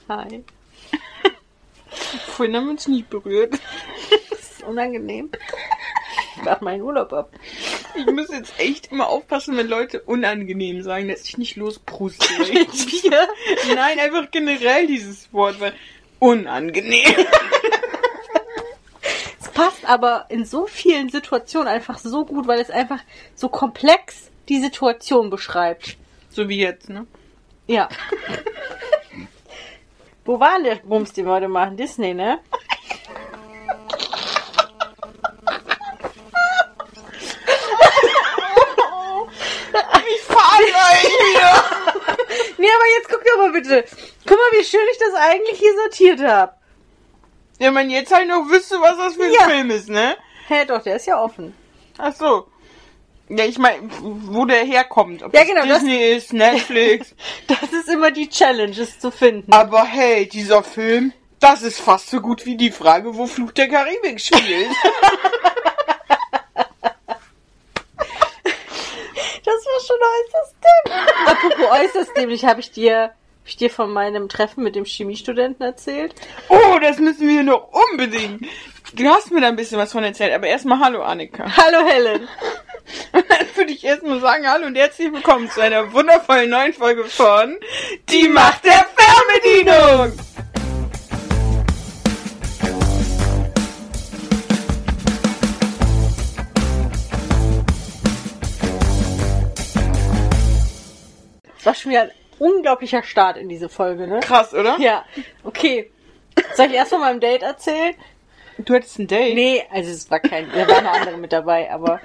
Hi. Vorhin haben wir uns nicht berührt. Das ist unangenehm. Ich mach meinen Urlaub ab. Ich muss jetzt echt immer aufpassen, wenn Leute unangenehm sagen, dass ich nicht lospruste. Wir? Nein, einfach generell dieses Wort, weil unangenehm. Es passt aber in so vielen Situationen einfach so gut, weil es einfach so komplex die Situation beschreibt. So wie jetzt, ne? Ja. Wo war denn der Bums, den wir heute machen? Disney, ne? Wie fahrlässig hier! Nee, aber jetzt guck doch mal bitte. Guck mal, wie schön ich das eigentlich hier sortiert habe. Ja, man jetzt halt noch wüsste, was das für ein Film ist, ne? Hä, doch, der ist ja offen. Ach so. Ja, ich meine, wo der herkommt. Ob Ja, das genau, Disney ist, Netflix. Das ist immer die Challenge, es zu finden. Aber hey, dieser Film, das ist fast so gut wie die Frage, wo Fluch der Karibik spielt. Das war schon äußerst dämlich. Apropos äußerst dämlich, habe ich dir von meinem Treffen mit dem Chemiestudenten erzählt? Oh, das müssen wir noch unbedingt. Du hast mir da ein bisschen was von erzählt, aber erstmal hallo Annika. Hallo Helen. Und dann würde ich erstmal sagen, hallo und herzlich willkommen zu einer wundervollen neuen Folge von Die Macht der Fernbedienung. Das war schon wieder ein unglaublicher Start in diese Folge, ne? Krass, oder? Ja, okay. Soll ich erst von meinem Date erzählen? Du hattest ein Date? Nee, also es war kein, da waren noch andere mit dabei, aber...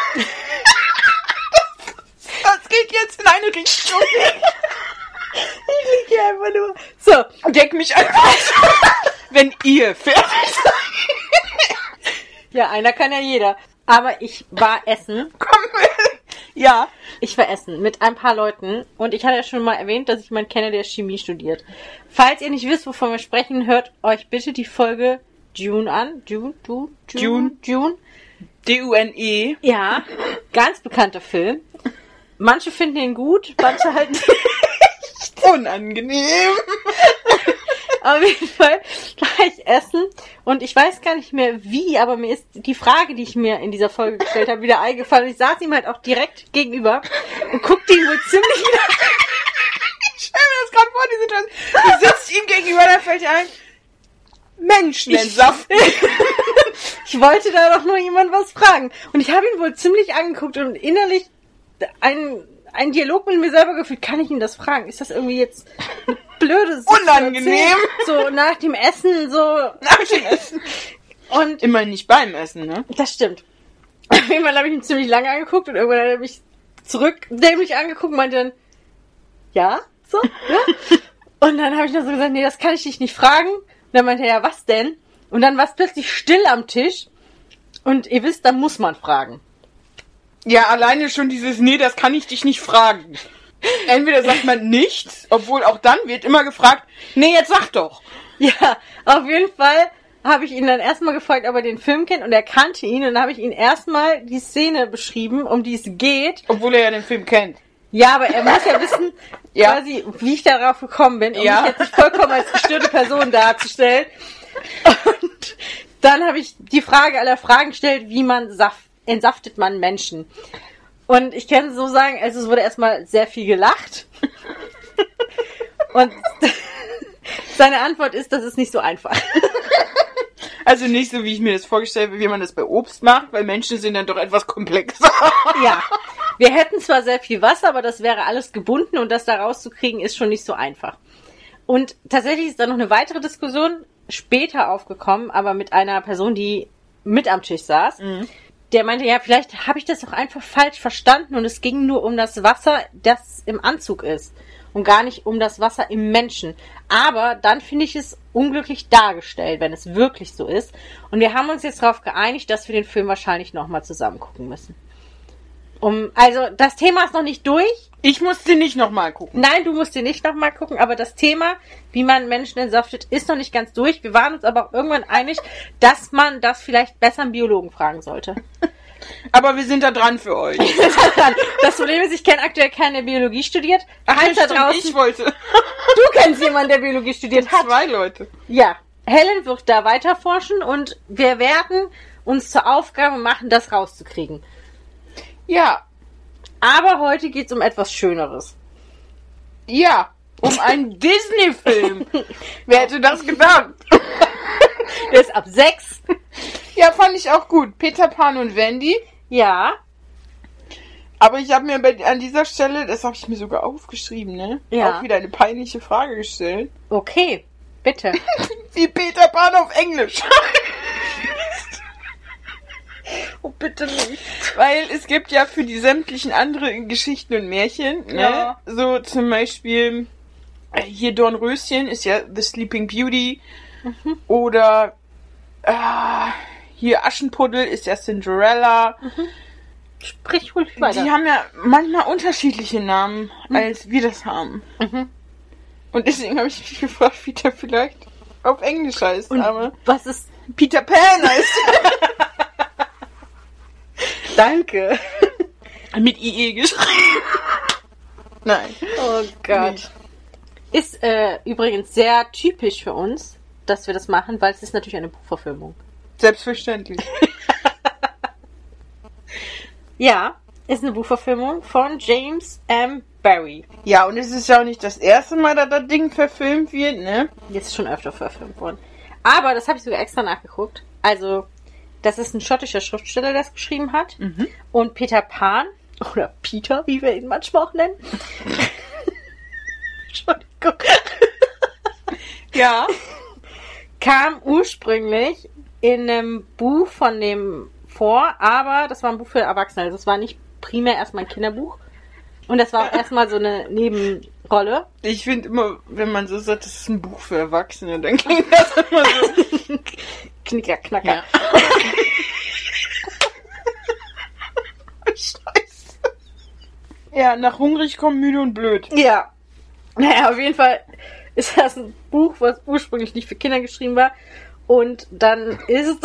Das geht jetzt in eine Richtung. Ich lieg hier einfach nur... So. Deck mich einfach, wenn ihr fertig seid. Ja, einer kann ja jeder. Aber ich war essen. Komm, ja. Ich war essen mit ein paar Leuten und ich hatte ja schon mal erwähnt, dass ich jemanden kenne, der Chemie studiert. Falls ihr nicht wisst, wovon wir sprechen, hört euch bitte die Folge Dune an. Dune. D-U-N-E. Ja, ganz bekannter Film. Manche finden ihn gut, manche halt nicht. Unangenehm. Auf jeden Fall war ich essen und ich weiß gar nicht mehr wie, aber mir ist die Frage, die ich mir in dieser Folge gestellt habe, wieder eingefallen. Und ich saß ihm halt auch direkt gegenüber und guckte ihn wohl ziemlich Ich stell mir das gerade vor, die Situation. Du sitzt ihm gegenüber, da fällt dir ein, Menschen entsaften. Ich wollte da doch nur jemand was fragen. Und ich habe ihn wohl ziemlich angeguckt und innerlich einen Dialog mit mir selber geführt. Kann ich ihn das fragen? Ist das irgendwie jetzt eine blöde Situation? Unangenehm. So nach dem Essen, so. Nach dem Essen. Und immerhin nicht beim Essen, ne? das stimmt. Auf jeden Fall habe ich ihn ziemlich lange angeguckt und irgendwann hat er mich zurück dämlich angeguckt und meinte dann, ja, so, ja. Und dann habe ich noch so gesagt, nee, das kann ich dich nicht fragen. Und dann meinte er, ja, was denn? Und dann war es plötzlich still am Tisch. Und ihr wisst, da muss man fragen. Ja, alleine schon dieses, nee, das kann ich dich nicht fragen. Entweder sagt man nichts, obwohl auch dann wird immer gefragt, nee, jetzt sag doch. Ja, auf jeden Fall habe ich ihn dann erstmal gefragt, ob er den Film kennt und er kannte ihn. Und dann habe ich ihn erstmal die Szene beschrieben, um die es geht. Obwohl er ja den Film kennt. Ja, aber er muss ja wissen, Ja. quasi, wie ich darauf gekommen bin, um Ja. mich jetzt nicht vollkommen als gestörte Person darzustellen. Und dann habe ich die Frage aller Fragen gestellt, wie entsaftet man Menschen? Und ich kann so sagen, also es wurde erstmal sehr viel gelacht. Und seine Antwort ist, das ist nicht so einfach. Also nicht so, wie ich mir das vorgestellt habe, wie man das bei Obst macht, weil Menschen sind dann doch etwas komplexer. Ja, wir hätten zwar sehr viel Wasser, aber das wäre alles gebunden und das da rauszukriegen ist schon nicht so einfach. Und tatsächlich ist da noch eine weitere Diskussion später aufgekommen, aber mit einer Person, die mit am Tisch saß. Mhm. Der meinte, ja, vielleicht habe ich das doch einfach falsch verstanden und es ging nur um das Wasser, das im Anzug ist und gar nicht um das Wasser im Menschen. Aber dann finde ich es unglücklich dargestellt, wenn es wirklich so ist. Und wir haben uns jetzt darauf geeinigt, dass wir den Film wahrscheinlich nochmal zusammen gucken müssen. Also, das Thema ist noch nicht durch. Ich muss den nicht nochmal gucken. Nein, du musst den nicht nochmal gucken, aber das Thema, wie man Menschen entsaftet, ist noch nicht ganz durch. Wir waren uns aber auch irgendwann einig, dass man das vielleicht besser einen Biologen fragen sollte. Aber wir sind da dran für euch. Das Problem ist, ich kenne aktuell keinen, der Biologie studiert. Ach, Falls da stimmt, draußen, ich wollte. du kennst jemanden, der Biologie studiert hat. 2 Leute. Ja, Helen wird da weiter forschen und wir werden uns zur Aufgabe machen, das rauszukriegen. Ja, Aber heute geht's um etwas Schöneres. ja, um einen Disney-Film. Wer hätte das gedacht? Der ist ab 6. Ja, fand ich auch gut. Peter Pan und Wendy. Ja. Aber ich habe mir an dieser Stelle, das habe ich mir sogar aufgeschrieben, ne? Ja. Auch wieder eine peinliche Frage gestellt. Okay, bitte. Wie Peter Pan auf Englisch. Oh, bitte nicht. Weil es gibt ja für die sämtlichen anderen Geschichten und Märchen, ne? Ja. So zum Beispiel, hier Dornröschen ist ja The Sleeping Beauty. Oder hier Aschenputtel ist ja Cinderella. Sprich ruhig weiter. Die haben ja manchmal unterschiedliche Namen, als wir das haben. Und deswegen habe ich mich gefragt, wie der vielleicht auf Englisch heißt. Und aber was ist... Peter Pan heißt. Danke. Mit IE geschrieben. Nein. Oh Gott. Ist übrigens sehr typisch für uns, dass wir das machen, weil es ist natürlich eine Buchverfilmung. Selbstverständlich. Ja, ist eine Buchverfilmung von James M. Barrie. Ja, und es ist ja auch nicht das erste Mal, dass das Ding verfilmt wird, ne? Jetzt ist schon öfter verfilmt worden. Aber das habe ich sogar extra nachgeguckt. Also, das ist ein schottischer Schriftsteller, der es geschrieben hat. Und Peter Pan, oder Peter, wie wir ihn manchmal auch nennen. Entschuldigung. Ja. Kam ursprünglich in einem Buch von dem vor, aber das war ein Buch für Erwachsene. Also es war nicht primär erstmal ein Kinderbuch. Und das war auch erstmal so eine Nebenrolle. Ich finde immer, wenn man so sagt, das ist ein Buch für Erwachsene, dann klingt das immer so. Knicker, knacker. Ja. Scheiße. Ja, nach hungrig kommen müde und blöd. Ja. Naja, auf jeden Fall ist das ein Buch, was ursprünglich nicht für Kinder geschrieben war. Und dann ist...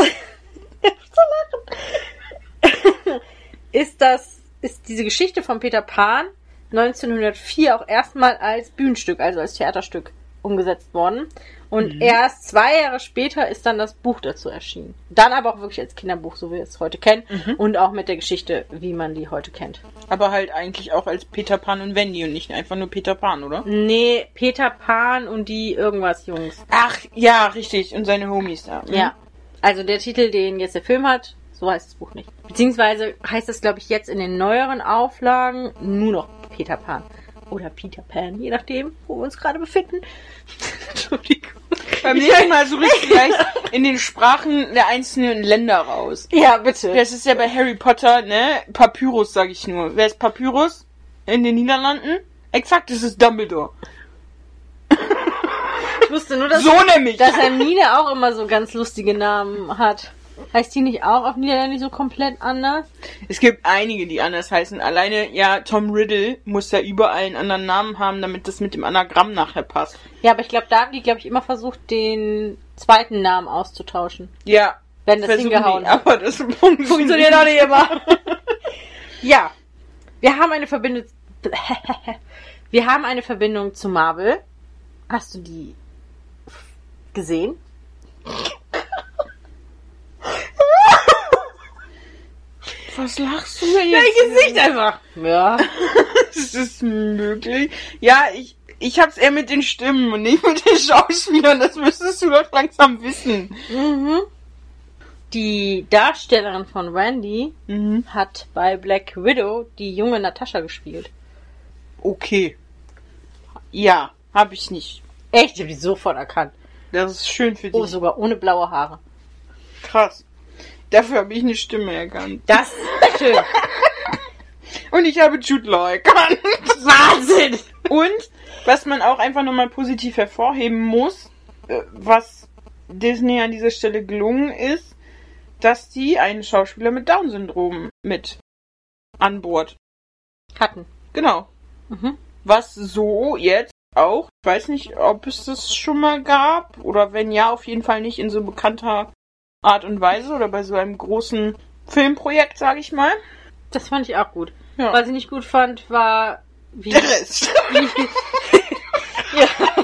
ist diese Geschichte von Peter Pan 1904 auch erstmal als Bühnenstück, also als Theaterstück umgesetzt worden. Und erst 2 Jahre später ist dann das Buch dazu erschienen. Dann aber auch wirklich als Kinderbuch, so wie wir es heute kennen. Und auch mit der Geschichte, wie man die heute kennt. Aber halt eigentlich auch als Peter Pan und Wendy und nicht einfach nur Peter Pan, oder? Nee, Peter Pan und die irgendwas Jungs. Ach, ja, richtig. Und seine Homies da. Ja. Also der Titel, den jetzt der Film hat, so heißt das Buch nicht. Beziehungsweise heißt es, glaube ich, jetzt in den neueren Auflagen nur noch Peter Pan. Oder Peter Pan, je nachdem, wo wir uns gerade befinden. Entschuldigung. Beim nächsten Mal suche ich vielleicht in den Sprachen der einzelnen Länder raus. Ja, bitte. Das ist ja bei Harry Potter, ne? Papyrus, sag ich nur. Wer ist Papyrus? In den Niederlanden? Exakt, das ist Dumbledore. Ich wusste nur, dass, So nämlich. dass Hermine auch immer so ganz lustige Namen hat. Heißt die nicht auch auf Niederländisch so komplett anders? Es gibt einige, die anders heißen. Alleine, ja, Tom Riddle muss ja überall einen anderen Namen haben, damit das mit dem Anagramm nachher passt. Ja, aber ich glaube, da haben die, glaube ich, immer versucht, den zweiten Namen auszutauschen. Ja. Wenn das versuchen hingehauen die, hat. aber das funktioniert auch nicht immer. Ja. Wir haben eine Verbindung... Wir haben eine Verbindung zu Marvel. Hast du die gesehen? Was lachst du denn jetzt? Dein Gesicht einfach. Ja. Ist das möglich? Ja, ich hab's eher mit den Stimmen und nicht mit den Schauspielern. Das müsstest du doch langsam wissen. Die Darstellerin von Randy hat bei Black Widow die junge Natascha gespielt. Okay. Ja, hab ich nicht. Echt? Ich habe die sofort erkannt. Das ist schön für dich. Oh, sogar ohne blaue Haare. Krass. Dafür habe ich eine Stimme erkannt. Das ist schön. Und ich habe Jude Law erkannt. Wahnsinn! Und, was man auch einfach nochmal positiv hervorheben muss, was Disney an dieser Stelle gelungen ist, dass die einen Schauspieler mit Down-Syndrom mit an Bord hatten. Genau. Was so jetzt auch, ich weiß nicht, ob es das schon mal gab, oder wenn ja, auf jeden Fall nicht in so bekannter Art und Weise oder bei so einem großen Filmprojekt, sage ich mal. Das fand ich auch gut. Ja. Was ich nicht gut fand, war... Der Rest. Ja.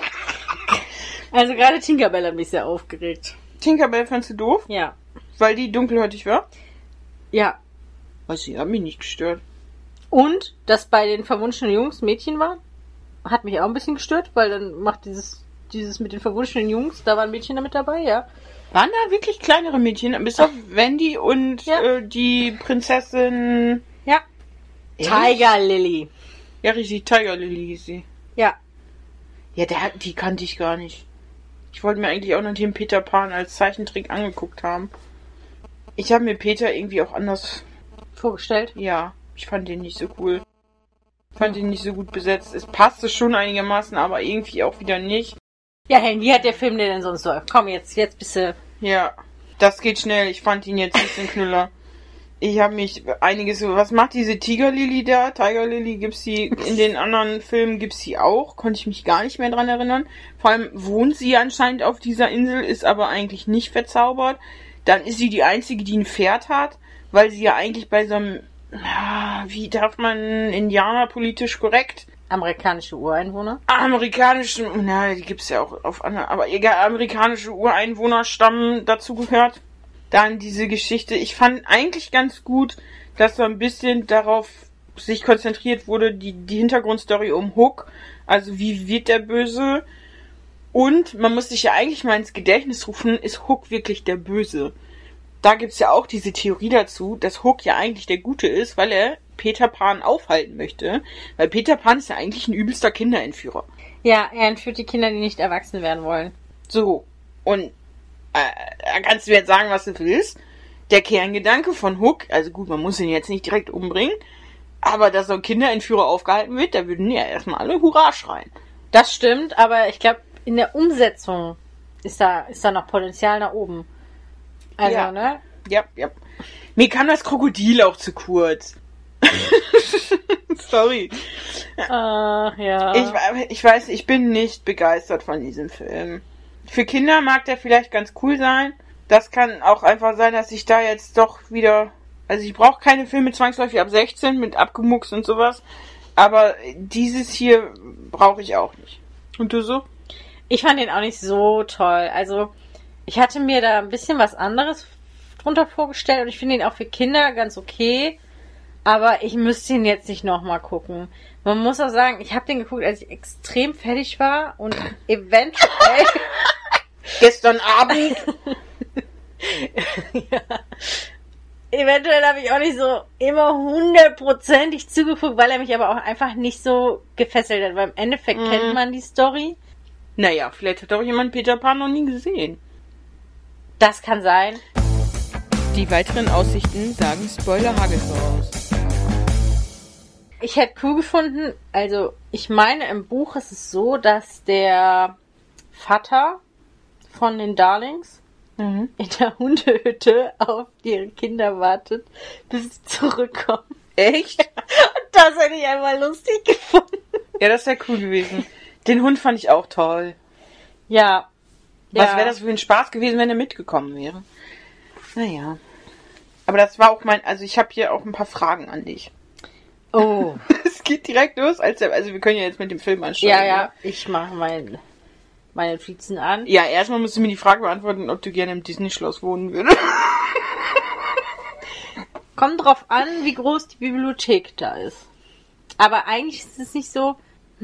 Also gerade Tinkerbell hat mich sehr aufgeregt. Tinkerbell fandst du doof? Ja. Weil die dunkelhäutig war? Ja. Weiß ich, hat mich nicht gestört. Und, dass bei den verwunschenen Jungs Mädchen waren, hat mich auch ein bisschen gestört, weil dann macht dieses mit den verwunschenen Jungs, da waren Mädchen damit dabei, ja. Waren da wirklich kleinere Mädchen? Bis auf Wendy und die Prinzessin... Ja. Tiger Lily. Ja, richtig, Tiger Lily hieß sie. Ja. Ja, die kannte ich gar nicht. Ich wollte mir eigentlich auch noch den Peter Pan als Zeichentrick angeguckt haben. Ich habe mir Peter irgendwie auch anders... Vorgestellt? Ja, ich fand den nicht so cool. Fand ihn nicht so gut besetzt. Es passte schon einigermaßen, aber irgendwie auch wieder nicht. Ja, Helen, wie hat der Film denn sonst so? Komm, jetzt bist du... Ja, das geht schnell. Ich fand ihn jetzt nicht den Knüller. Ich habe mich einiges... Was macht diese Tiger Lily da? Tiger Lily gibt's sie... In den anderen Filmen gibt's sie auch. Konnte ich mich gar nicht mehr dran erinnern. Vor allem wohnt sie anscheinend auf dieser Insel, ist aber eigentlich nicht verzaubert. Dann ist sie die Einzige, die ein Pferd hat, weil sie ja eigentlich bei so einem... Wie darf man Indianer politisch korrekt? Amerikanische Ureinwohner? Die gibt's ja auch auf anderen, aber egal, amerikanische Ureinwohnerstamm dazu gehört. Dann diese Geschichte. Ich fand eigentlich ganz gut, dass so ein bisschen darauf sich konzentriert wurde, die Hintergrundstory um Hook. Also wie wird der böse? Und man muss sich ja eigentlich mal ins Gedächtnis rufen, ist Hook wirklich der Böse? Da gibt's ja auch diese Theorie dazu, dass Hook ja eigentlich der Gute ist, weil er Peter Pan aufhalten möchte. Weil Peter Pan ist ja eigentlich ein übelster Kinderentführer. Ja, er entführt die Kinder, die nicht erwachsen werden wollen. So. Und da kannst du jetzt sagen, was du willst. Der Kerngedanke von Hook, also gut, man muss ihn jetzt nicht direkt umbringen, aber dass so ein Kinderentführer aufgehalten wird, da würden ja erstmal alle Hurra schreien. Das stimmt, aber ich glaube, in der Umsetzung ist da noch Potenzial nach oben. Also, ja. Ne? Ja. Mir kam das Krokodil auch zu kurz. Sorry. Ach, ja. Ich weiß, ich bin nicht begeistert von diesem Film. Für Kinder mag der vielleicht ganz cool sein. Das kann auch einfach sein, dass ich da jetzt doch wieder... Also ich brauche keine Filme zwangsläufig ab 16 mit abgemuckst und sowas. Aber dieses hier brauche ich auch nicht. Und du so? Ich fand den auch nicht so toll. Also ich hatte mir da ein bisschen was anderes drunter vorgestellt und ich finde ihn auch für Kinder ganz okay. Aber ich müsste ihn jetzt nicht nochmal gucken. Man muss auch sagen, ich habe den geguckt, als ich extrem fertig war und eventuell... Gestern Abend... Ja. Eventuell habe ich auch nicht so immer 100%ig zugeguckt, weil er mich aber auch einfach nicht so gefesselt hat. Weil im Endeffekt kennt man die Story. Naja, vielleicht hat auch jemand Peter Pan noch nie gesehen. Das kann sein. Die weiteren Aussichten sagen Spoiler-Hagel voraus. Ich hätte cool gefunden, also ich meine, im Buch ist es so, dass der Vater von den Darlings in der Hundehütte auf ihre Kinder wartet, bis sie zurückkommen. Echt? Und das hätte ich einmal lustig gefunden. Ja, das wäre cool gewesen. Den Hund fand ich auch toll. Ja. Was wäre das für ein Spaß gewesen, wenn er mitgekommen wäre? Naja. Aber das war auch also ich habe hier auch ein paar Fragen an dich. Oh. Es geht direkt los, also wir können ja jetzt mit dem Film ansteigen. Ja, ne? ich mache meine Notizen an. Ja, erstmal musst du mir die Frage beantworten, ob du gerne im Disney-Schloss wohnen würdest. Kommt drauf an, wie groß die Bibliothek da ist. Aber eigentlich ist es nicht so...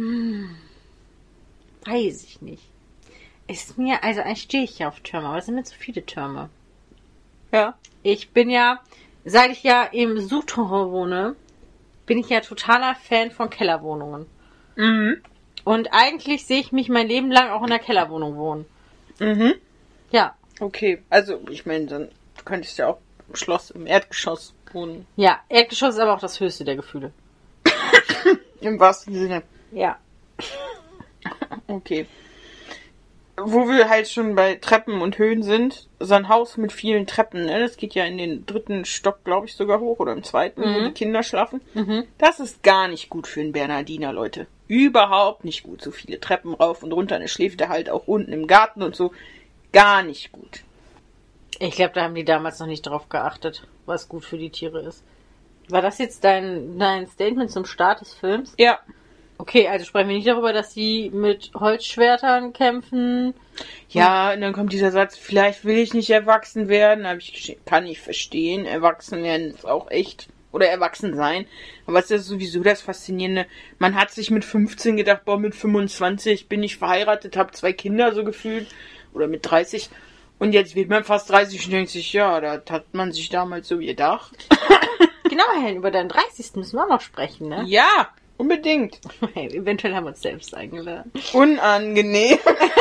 weiß ich nicht. Also eigentlich stehe ich ja auf Türme, aber es sind mir zu viele Türme. Ja. Ich bin ja, seit ich ja im Südtirol wohne, bin ich ja totaler Fan von Kellerwohnungen. Mhm. Und eigentlich sehe ich mich mein Leben lang auch in einer Kellerwohnung wohnen. Mhm. Ja. Okay, also ich meine, dann du könntest ja auch im Schloss, im Erdgeschoss wohnen. Ja, Erdgeschoss ist aber auch das höchste der Gefühle. Im wahrsten Sinne. Ja. Okay. Wo wir halt schon bei Treppen und Höhen sind, so ein Haus mit vielen Treppen, ne? Das geht ja in den 3. Stock, glaube ich, sogar hoch oder im 2., wo die Kinder schlafen. Das ist gar nicht gut für einen Bernhardiner, Leute. Überhaupt nicht gut. So viele Treppen rauf und runter, dann schläft er halt auch unten im Garten und so. Gar nicht gut. Ich glaube, da haben die damals noch nicht drauf geachtet, was gut für die Tiere ist. War das jetzt dein Statement zum Start des Films? Ja. Okay, also sprechen wir nicht darüber, dass sie mit Holzschwertern kämpfen. Ja, und dann kommt dieser Satz, vielleicht will ich nicht erwachsen werden. Kann ich verstehen. Erwachsen werden ist auch echt. Oder erwachsen sein. Aber es ist sowieso das Faszinierende. Man hat sich mit 15 gedacht, boah, mit 25 bin ich verheiratet, habe 2 Kinder so gefühlt. Oder mit 30. Und jetzt wird man fast 30 und denkt sich, ja, das hat man sich damals so gedacht. Genau, Helen, über deinen 30. müssen wir auch noch sprechen, ne? Ja, unbedingt. Hey, eventuell haben wir uns selbst eingeladen. Unangenehm.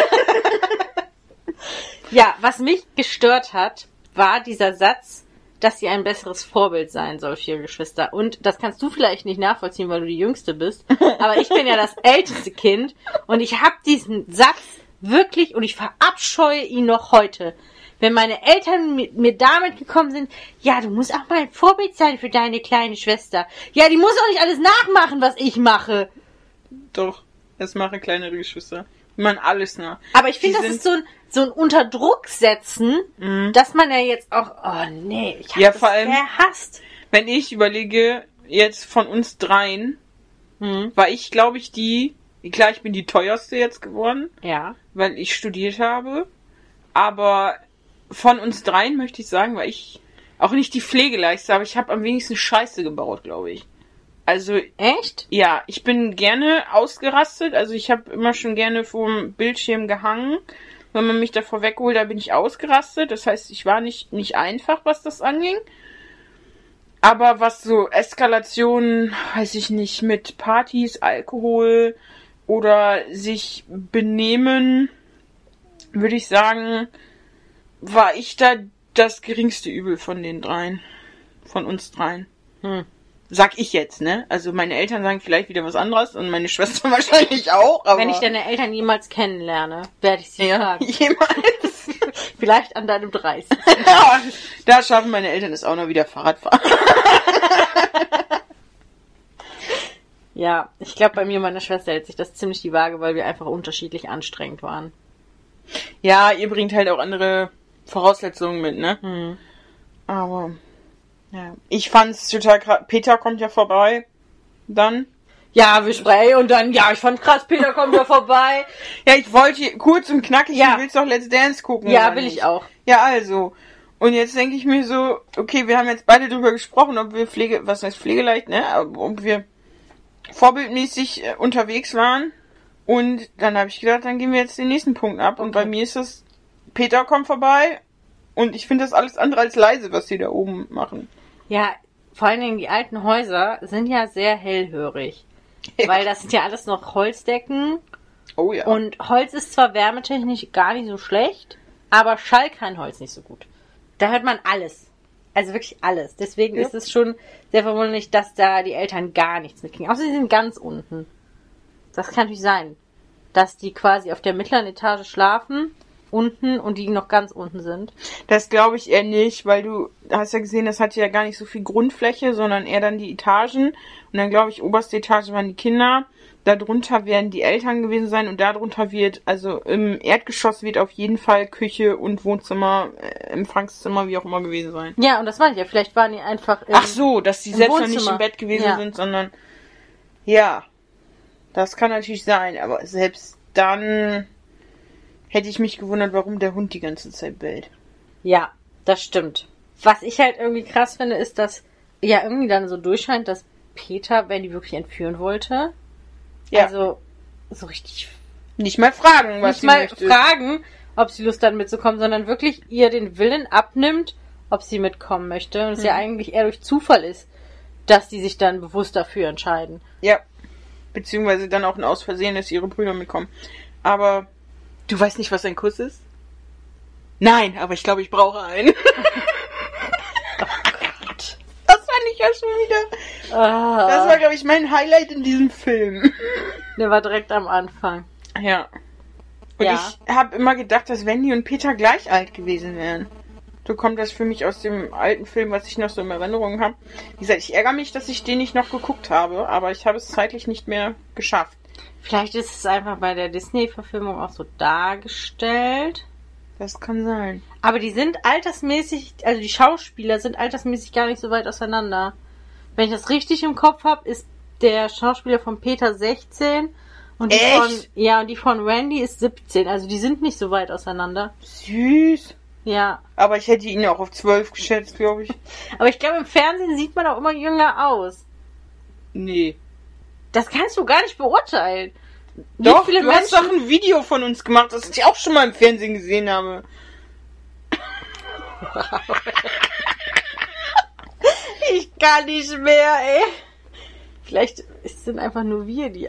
Ja, was mich gestört hat, war dieser Satz, dass sie ein besseres Vorbild sein soll für ihre Geschwister. Und das kannst du vielleicht nicht nachvollziehen, weil du die Jüngste bist. Aber ich bin ja das älteste Kind und ich habe diesen Satz wirklich, und ich verabscheue ihn noch heute. Wenn meine Eltern mir damit gekommen sind, ja, du musst auch mal ein Vorbild sein für deine kleine Schwester. Ja, die muss auch nicht alles nachmachen, was ich mache. Doch, das machen kleinere Geschwister. Die machen alles nach. Aber ich finde, das ist so ein Unterdruck setzen, dass man ja jetzt auch, oh nee, ich habe vor allem gehasst. Wenn ich überlege, jetzt von uns dreien, war ich, glaube ich, klar, ich bin die teuerste jetzt geworden, ja, weil ich studiert habe, aber von uns dreien möchte ich sagen, war ich auch nicht die Pflegeleichte, aber ich habe am wenigsten Scheiße gebaut, glaube ich. Also echt? Ja, ich bin gerne ausgerastet, also ich habe immer schon gerne vorm Bildschirm gehangen. Wenn man mich davor wegholt, da bin ich ausgerastet. Das heißt, ich war nicht einfach, was das anging. Aber was so Eskalationen, weiß ich nicht, mit Partys, Alkohol oder sich benehmen, würde ich sagen, war ich da das geringste Übel von den dreien. Von uns dreien. Sag ich jetzt, ne? Also meine Eltern sagen vielleicht wieder was anderes und meine Schwester wahrscheinlich auch. Aber wenn ich deine Eltern jemals kennenlerne, werde ich sie fragen. Jemals. Vielleicht an deinem 30. Da schaffen meine Eltern es auch noch wieder Fahrradfahren. Ja, ich glaube, bei mir und meiner Schwester hält sich das ziemlich die Waage, weil wir einfach unterschiedlich anstrengend waren. Ja, ihr bringt halt auch andere Voraussetzungen mit, ne? Aber ja, ich fand's total krass. Peter kommt ja vorbei. Dann. Ja, wir sprechen und dann, ja, ich fand krass, Peter kommt ja vorbei. Ja, ich wollte kurz und knackig, du willst doch Let's Dance gucken. Ja, will ich auch. Ja, also. Und jetzt denke ich mir so, okay, wir haben jetzt beide drüber gesprochen, ob wir was heißt pflegeleicht, ne? Ob wir vorbildmäßig unterwegs waren. Und dann habe ich gedacht, dann gehen wir jetzt den nächsten Punkt ab. Okay. Und bei mir ist es, Peter kommt vorbei. Und ich finde das alles andere als leise, was die da oben machen. Ja, vor allen Dingen die alten Häuser sind ja sehr hellhörig. Ja. Weil das sind ja alles noch Holzdecken. Oh ja. Und Holz ist zwar wärmetechnisch gar nicht so schlecht, aber Schall kann Holz nicht so gut. Da hört man alles. Also wirklich alles. Deswegen ist es schon sehr verwunderlich, dass da die Eltern gar nichts mitkriegen. Außer sie sind ganz unten. Das kann natürlich sein, dass die quasi auf der mittleren Etage schlafen, unten, und die noch ganz unten sind. Das glaube ich eher nicht, weil du hast ja gesehen, das hatte ja gar nicht so viel Grundfläche, sondern eher dann die Etagen. Und dann glaube ich, oberste Etage waren die Kinder, darunter werden die Eltern gewesen sein und darunter wird, also im Erdgeschoss wird auf jeden Fall Küche und Wohnzimmer, Empfangszimmer, wie auch immer gewesen sein. Ja, und das meine ich ja, vielleicht waren die einfach Ach so, dass die selbst noch nicht im Bett gewesen sind, sondern ja, das kann natürlich sein, aber selbst dann hätte ich mich gewundert, warum der Hund die ganze Zeit bellt. Ja, das stimmt. Was ich halt irgendwie krass finde, ist, dass ja irgendwie dann so durchscheint, dass Peter, wenn die wirklich entführen wollte, also so richtig nicht mal fragen, was sie möchte. Nicht mal fragen, ob sie Lust hat mitzukommen, sondern wirklich ihr den Willen abnimmt, ob sie mitkommen möchte. Und es ja eigentlich eher durch Zufall ist, dass die sich dann bewusst dafür entscheiden. Ja, beziehungsweise dann auch ein Aus Versehen, dass ihre Brüder mitkommen. Aber du weißt nicht, was ein Kuss ist? Nein, aber ich glaube, ich brauche einen. Oh Gott. Das fand ich ja schon wieder. Das war, glaube ich, mein Highlight in diesem Film. Der war direkt am Anfang. Ja. Und ich habe immer gedacht, dass Wendy und Peter gleich alt gewesen wären. So kommt das für mich aus dem alten Film, was ich noch so in Erinnerung habe. Wie gesagt, ich ärgere mich, dass ich den nicht noch geguckt habe, aber ich habe es zeitlich nicht mehr geschafft. Vielleicht ist es einfach bei der Disney-Verfilmung auch so dargestellt. Das kann sein. Aber die sind altersmäßig, also die Schauspieler sind altersmäßig gar nicht so weit auseinander. Wenn ich das richtig im Kopf habe, ist der Schauspieler von Peter 16 und die von Randy ist 17. Also die sind nicht so weit auseinander. Süß. Ja. Aber ich hätte ihn auch auf 12 geschätzt, glaube ich. Aber ich glaube, im Fernsehen sieht man auch immer jünger aus. Nee. Das kannst du gar nicht beurteilen. Doch, du hast doch ein Video von uns gemacht, das ich auch schon mal im Fernsehen gesehen habe. Ich kann nicht mehr, ey. Vielleicht sind einfach nur wir die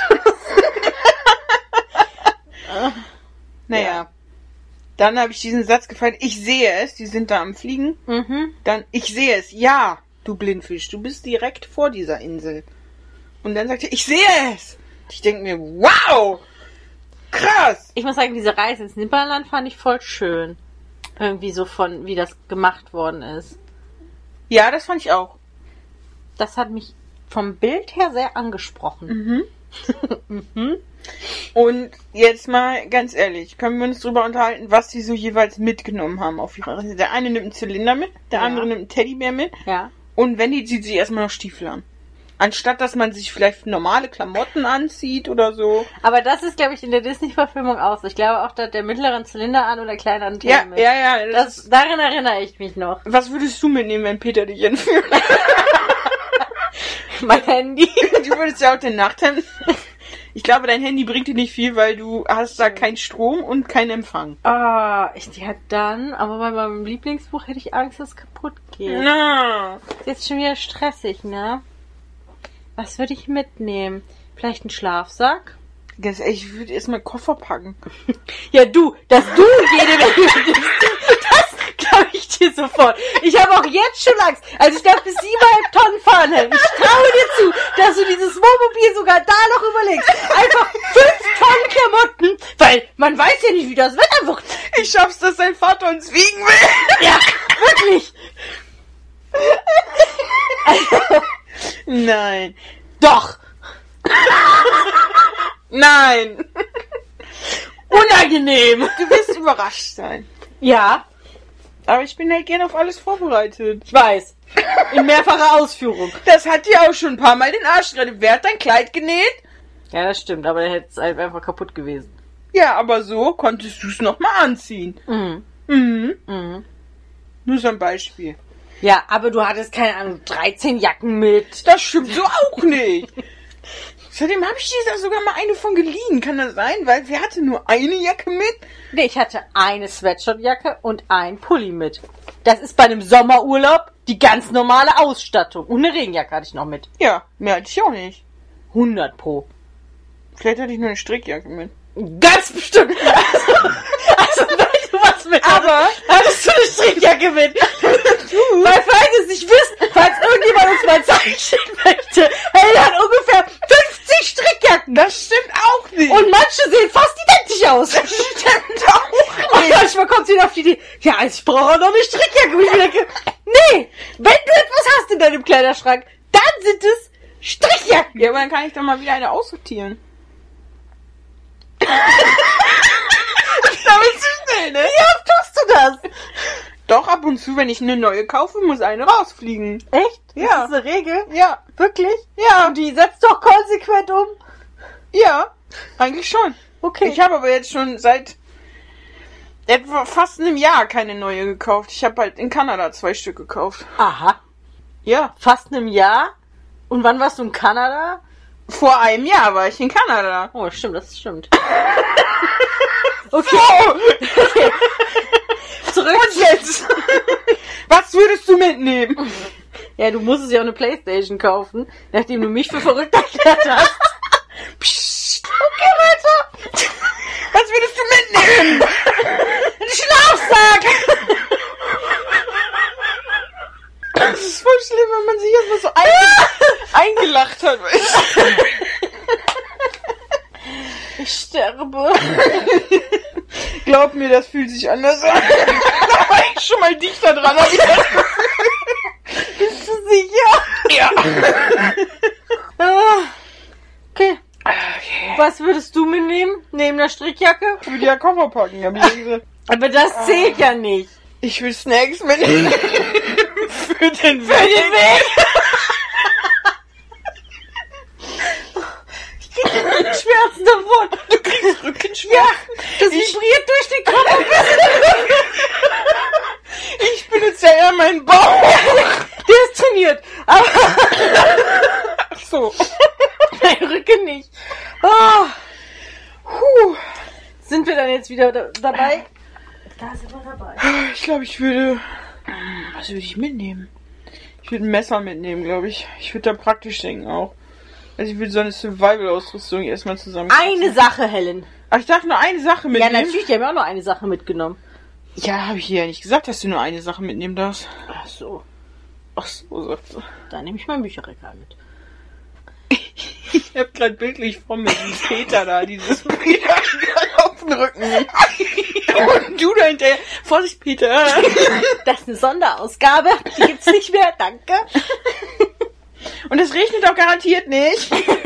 Naja. Ja. Dann habe ich diesen Satz gefallen, ich sehe es, die sind da am Fliegen. Mhm. Dann, ich sehe es, ja, du Blindfisch, du bist direkt vor dieser Insel. Und dann sagt er, ich sehe es. Ich denke mir, wow, krass. Ich muss sagen, diese Reise ins Nimmerland fand ich voll schön. Irgendwie so von, wie das gemacht worden ist. Ja, das fand ich auch. Das hat mich vom Bild her sehr angesprochen. Mhm. Und jetzt mal ganz ehrlich, können wir uns drüber unterhalten, was die so jeweils mitgenommen haben auf ihrer Reise. Der eine nimmt einen Zylinder mit, der andere nimmt einen Teddybär mit. Ja. Und Wendy zieht sich erstmal noch Stiefel an. Anstatt, dass man sich vielleicht normale Klamotten anzieht oder so. Aber das ist, glaube ich, in der Disney-Verfilmung auch so. Ich glaube auch, dass der mittlere einen Zylinder an und der kleine einen Teddybär mit. Ja. Daran erinnere ich mich noch. Was würdest du mitnehmen, wenn Peter dich entführt? Mein Handy. Du würdest ja auch den Nachteil... Ich glaube, dein Handy bringt dir nicht viel, weil du hast da keinen Strom und keinen Empfang. Aber bei meinem Lieblingsbuch hätte ich Angst, dass es kaputt geht. Na. Ist jetzt schon wieder stressig, ne? Was würde ich mitnehmen? Vielleicht einen Schlafsack? Ich würde erstmal Koffer packen. Ja, dass du jede Menge nimmst, das glaube ich dir sofort. Ich habe auch jetzt schon Angst. Also ich darf bis 7,5 Tonnen fahren. Ich traue dir zu, dass du dieses Wohnmobil sogar da noch überlegst. Einfach 5 Tonnen Klamotten, weil man weiß ja nicht, wie das Wetter wird. Ich schaff's, dass dein Vater uns wiegen will. Ja, wirklich. Nein. Doch. Nein. Unangenehm. Du wirst überrascht sein. Ja. Aber ich bin halt gerne auf alles vorbereitet. Ich weiß. In mehrfacher Ausführung. Das hat dir auch schon ein paar Mal den Arsch gerettet. Wer hat dein Kleid genäht? Ja, das stimmt, aber der hätte es einfach kaputt gewesen. Ja, aber so konntest du es nochmal anziehen. Nur so ein Beispiel. Ja, aber du hattest, keine Ahnung, 13 Jacken mit. Das stimmt so auch nicht. Seitdem habe ich dir da sogar mal eine von geliehen. Kann das sein? Weil wer hatte nur eine Jacke mit? Nee, ich hatte eine Sweatshirtjacke und ein Pulli mit. Das ist bei einem Sommerurlaub die ganz normale Ausstattung. Und eine Regenjacke hatte ich noch mit. Ja, mehr hatte ich auch nicht. 100 Pro. Vielleicht hatte ich nur eine Strickjacke mit. Ganz bestimmt. Also wenn du was mit aber hattest du eine Strickjacke mit. Weil falls ihr es nicht wisst, falls irgendjemand uns mal zeichnen möchte, Helly hat ungefähr 50 Strickjacken. Das stimmt auch nicht. Und manche sehen fast identisch aus. Das stimmt auch nicht. Und manchmal kommt sie wieder auf die Idee, ja, also ich brauche auch noch eine Strickjacke. Und ich denke, nee, wenn du etwas hast in deinem Kleiderschrank, dann sind es Strickjacken. Ja, aber dann kann ich doch mal wieder eine aussortieren. Da bist du schnell, ne? Wie oft tust du das? Doch, ab und zu, wenn ich eine neue kaufe, muss eine rausfliegen. Echt? Ja. Das ist eine Regel? Ja. Wirklich? Ja. Und die setzt doch konsequent um? Ja, eigentlich schon. Okay. Ich habe aber jetzt schon seit etwa fast einem Jahr keine neue gekauft. Ich habe halt in Kanada 2 Stück gekauft. Aha. Ja. Fast einem Jahr? Und wann warst du in Kanada? Vor einem Jahr war ich in Kanada. Oh, stimmt, das stimmt. Okay. Okay. Zurück. Und jetzt? Was würdest du mitnehmen? Ja, du musstest ja auch eine Playstation kaufen, nachdem du mich für verrückt erklärt hast. Psst. Okay, weiter. Was würdest du mitnehmen? Ein Schlafsack! Das ist voll schlimm, wenn man sich erstmal so eingelacht hat. Ich sterbe. Glaub mir, das fühlt sich anders an. Da war ich schon mal dichter dran. Hab ich das Gefühl. Bist du sicher? Ja. Okay. Was würdest du mitnehmen? Neben der Strickjacke? Ich würde ja Koffer packen, hab ich gesagt. Aber das zählt ja nicht. Ich will Snacks mitnehmen. Für den Weg. Ich krieg Rückenschmerzen davon. Du kriegst Rückenschmerzen? Ja, das vibriert durch den Kopf. Ich benutze ja eher meinen Bauch. Der ist trainiert. Aber Ach so. mein Rücken nicht. Oh. Sind wir dann jetzt wieder dabei? Da sind wir dabei. Ich glaube, was würde ich mitnehmen? Ich würde ein Messer mitnehmen, glaube ich. Ich würde da praktisch denken auch. Also ich würde so eine Survival-Ausrüstung erstmal zusammen. Eine Sache, Helen. Ach, ich darf nur eine Sache Ja, mitnehmen? natürlich, die haben ja auch nur eine Sache mitgenommen. Ja, habe ich dir ja nicht gesagt, dass du nur eine Sache mitnehmen darfst. Ach so, Ach so, sagt sie. dann nehme ich mein Bücherregal mit. Ich hab gerade bildlich vor mir diesen Peter da, dieses Bücherregal auf dem Rücken. Und du da hinterher. Vorsicht, Peter. Das ist eine Sonderausgabe. Die gibt's nicht mehr, danke. Und es regnet auch garantiert nicht.